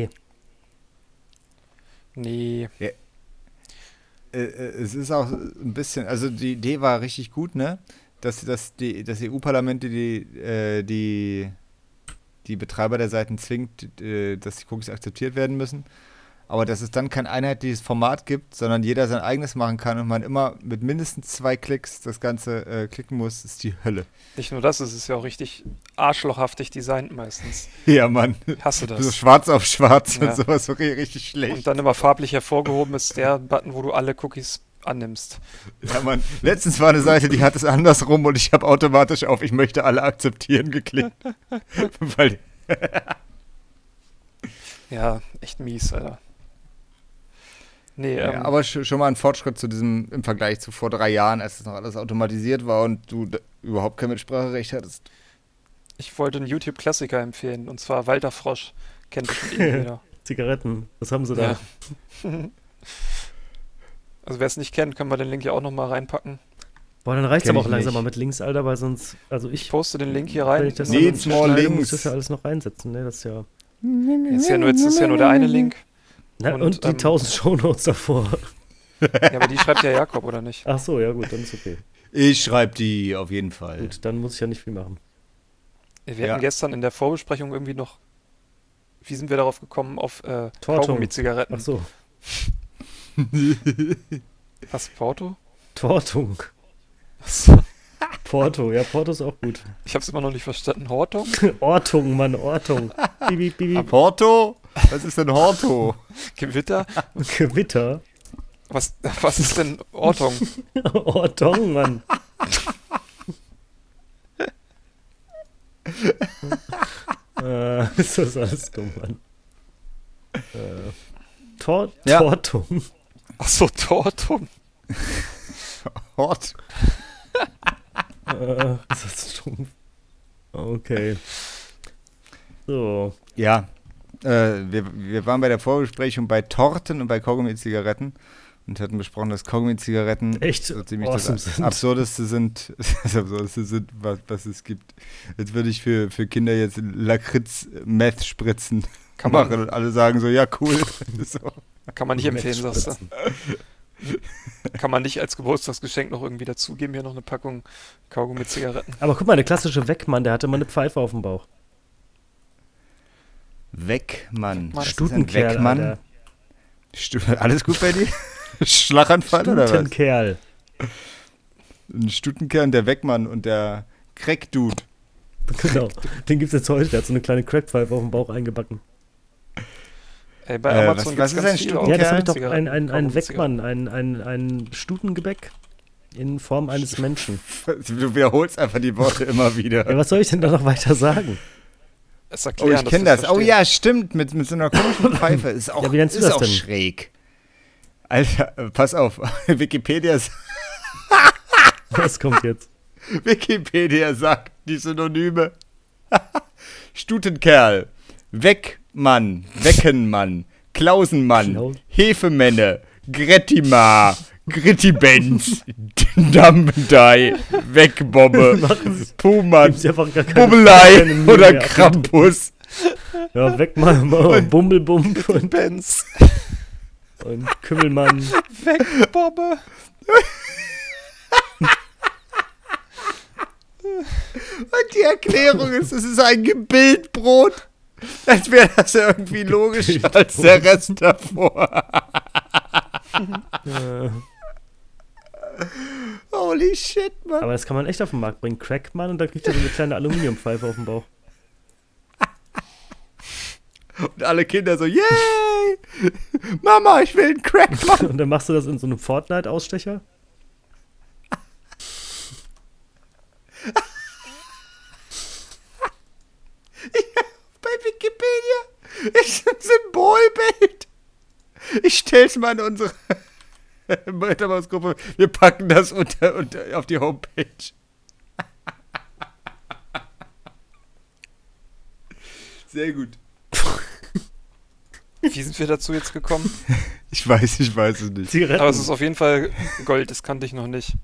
Es ist auch ein bisschen, also die Idee war richtig gut, ne? Dass das EU-Parlament die Betreiber der Seiten zwingt, dass die Cookies akzeptiert werden müssen. Aber dass es dann kein einheitliches Format gibt, sondern jeder sein eigenes machen kann und man immer mit mindestens 2 Klicks das Ganze klicken muss, ist die Hölle. Nicht nur das, es ist ja auch richtig arschlochhaftig designt meistens. Ja, Mann. Ich hasse das. So schwarz auf schwarz Ja. und sowas, so richtig schlecht. Und dann immer farblich hervorgehoben ist der Button, wo du alle Cookies annimmst. Ja, Mann. Letztens war eine Seite, die hat es andersrum und ich habe automatisch auf Ich möchte alle akzeptieren geklickt. Weil Ja, echt mies, Alter. Nee, ja, aber schon mal ein Fortschritt zu diesem, im Vergleich zu vor 3 Jahren, als das noch alles automatisiert war und du überhaupt kein Mitspracherecht hattest. ich wollte einen YouTube-Klassiker empfehlen, und zwar Walter Frosch. Kennt bestimmt jeder. Zigaretten, was haben sie da? Ja. Also wer es nicht kennt, können wir den Link ja auch nochmal reinpacken. Boah, dann reicht's Kenn aber ich auch langsam nicht. mal mit Links, Alter, weil sonst, also Ich ich, poste den Link hier wenn rein. ich das Nee, dann small schneide, links. muss ich das ja alles noch reinsetzen, ne, das ist ja... Ist ja nur der eine Link. Na, Und, und die 1000 Shownotes davor. Ja, aber die schreibt ja Jakob, oder nicht? Ach so, ja gut, dann ist okay. Ich schreibe die auf jeden Fall. Gut, dann muss ich ja nicht viel machen. Wir Ja. hatten gestern in der Vorbesprechung irgendwie noch, wie sind wir darauf gekommen, auf Tortung. Kaugummi-Zigaretten. Ach so, Was, Porto? Tortung. Achso, Porto, ja, Porto ist auch gut. ich hab's immer noch nicht verstanden. Hortung? Ortung, Mann, Ortung. Bibi, bibi, Porto? Was ist denn Horto? Gewitter? Gewitter. Was ist denn Ortung? Ortung, Mann. Ist das alles dumm, Mann. Ja. Tortung. Achso, Tortung. Hort? Ist das stumpf? Okay. So. Ja. Wir waren bei der Vorbesprechung bei Torten und bei Kaugummi-Zigaretten und hatten besprochen, dass Kaugummi-Zigaretten Echt so ziemlich awesome das sind. Absurdeste sind, was es gibt. Jetzt würde ich für Kinder jetzt Lakritz-Meth spritzen Kann man- machen und alle sagen so, ja cool. So. Kann man nicht empfehlen, sagst du. Spritzen. Kann man nicht als Geburtstagsgeschenk noch irgendwie dazugeben, hier noch eine Packung Kaugummi mit Zigaretten. Aber guck mal, der klassische Wegmann, der hatte mal eine Pfeife auf dem Bauch. Wegmann. Was ist ein Stutenkerl, Wegmann? Alter. Alles gut bei dir? Schlaganfall oder was? Stutenkerl. Ein Stutenkern, der Wegmann und der Crack-Dude. Genau. Den gibt's jetzt heute. Der hat so eine kleine Crackpfeife auf dem Bauch eingebacken. Ey, bei Amazon was gibt's ist ganz ein viele Stutenkerl? Ja, das habe ich doch Zigaretten, ein Kaugummi-Zigaretten. Wegmann, ein Stutengebäck in Form eines Menschen. Du wiederholst einfach die Worte immer wieder. Ja, was soll ich denn da noch weiter sagen? Es Oh, erklären, ich dass kenne wir's das. Oh verstehen. ja, stimmt. Mit so einer komischen Pfeife. Ist auch, Ja, wie nennst du ist das auch denn? schräg. Alter, pass auf. Wikipedia Was kommt jetzt? sagt die Synonyme. Stutenkerl, Wegmann, Weckenmann, Klausenmann, Klaus- Hefemenne, Grettimar, Grittibenz, Dambendei, Wegbobbe, Pumann, Gibt's einfach gar keine Bubbelei Mühe oder mehr. Krampus. Ja, Wegmann, Bummelbump Benz, und Kümmelmann. weg, Bobbe. Und die Erklärung ist, es ist ein Gebildbrot. Als wäre das irgendwie logischer als der Rest davor. Äh, Holy shit, Mann. aber das kann man echt auf den Markt bringen. Crackmann und dann kriegt er so eine kleine Aluminiumpfeife auf dem Bauch. Und alle Kinder so, yay! Mama, ich will einen Crackmann. Und dann machst du das in so einem Fortnite-Ausstecher. Bei Wikipedia ist ein Symbolbild. Ich stell's mal in unsere Metaverse-Gruppe. Wir packen das unter auf die Homepage. Sehr gut. Wie sind wir dazu jetzt gekommen? Ich weiß es nicht. Zigaretten. Aber es ist auf jeden Fall Gold, das kannte ich noch nicht.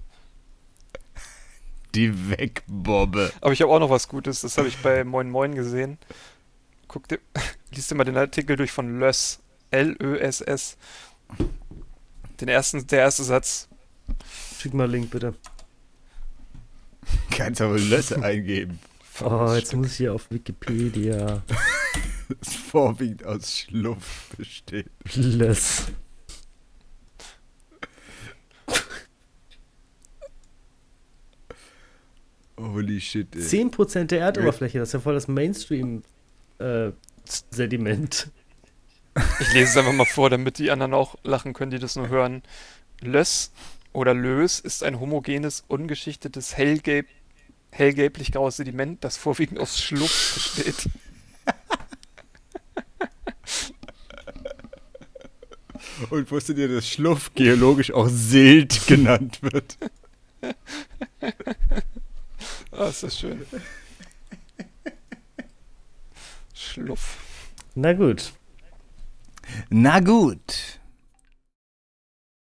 Die Wegbobbe. Aber ich habe auch noch was Gutes, das habe ich bei Moin Moin gesehen. Lies dir mal den Artikel durch von Löss. L-Ö-S-S. Der erste Satz. Schick mal Link, bitte. Kannst aber Lösse eingeben. Oh, jetzt muss ich hier auf Wikipedia. Das vorwiegend aus Schlumpf besteht. Löss. Holy shit, ey. 10% der Erdoberfläche, das ist ja voll das Mainstream-Sediment. Ich lese es einfach mal vor, damit die anderen auch lachen können, die das nur hören. Löss oder Lös ist ein homogenes, ungeschichtetes, hellgelblich-graues Sediment, das vorwiegend aus Schlumpf besteht. Und wusstet ihr, dass Schlumpf geologisch auch Silt genannt wird? Ah, ist das schön. Schluff. Na gut. Na gut.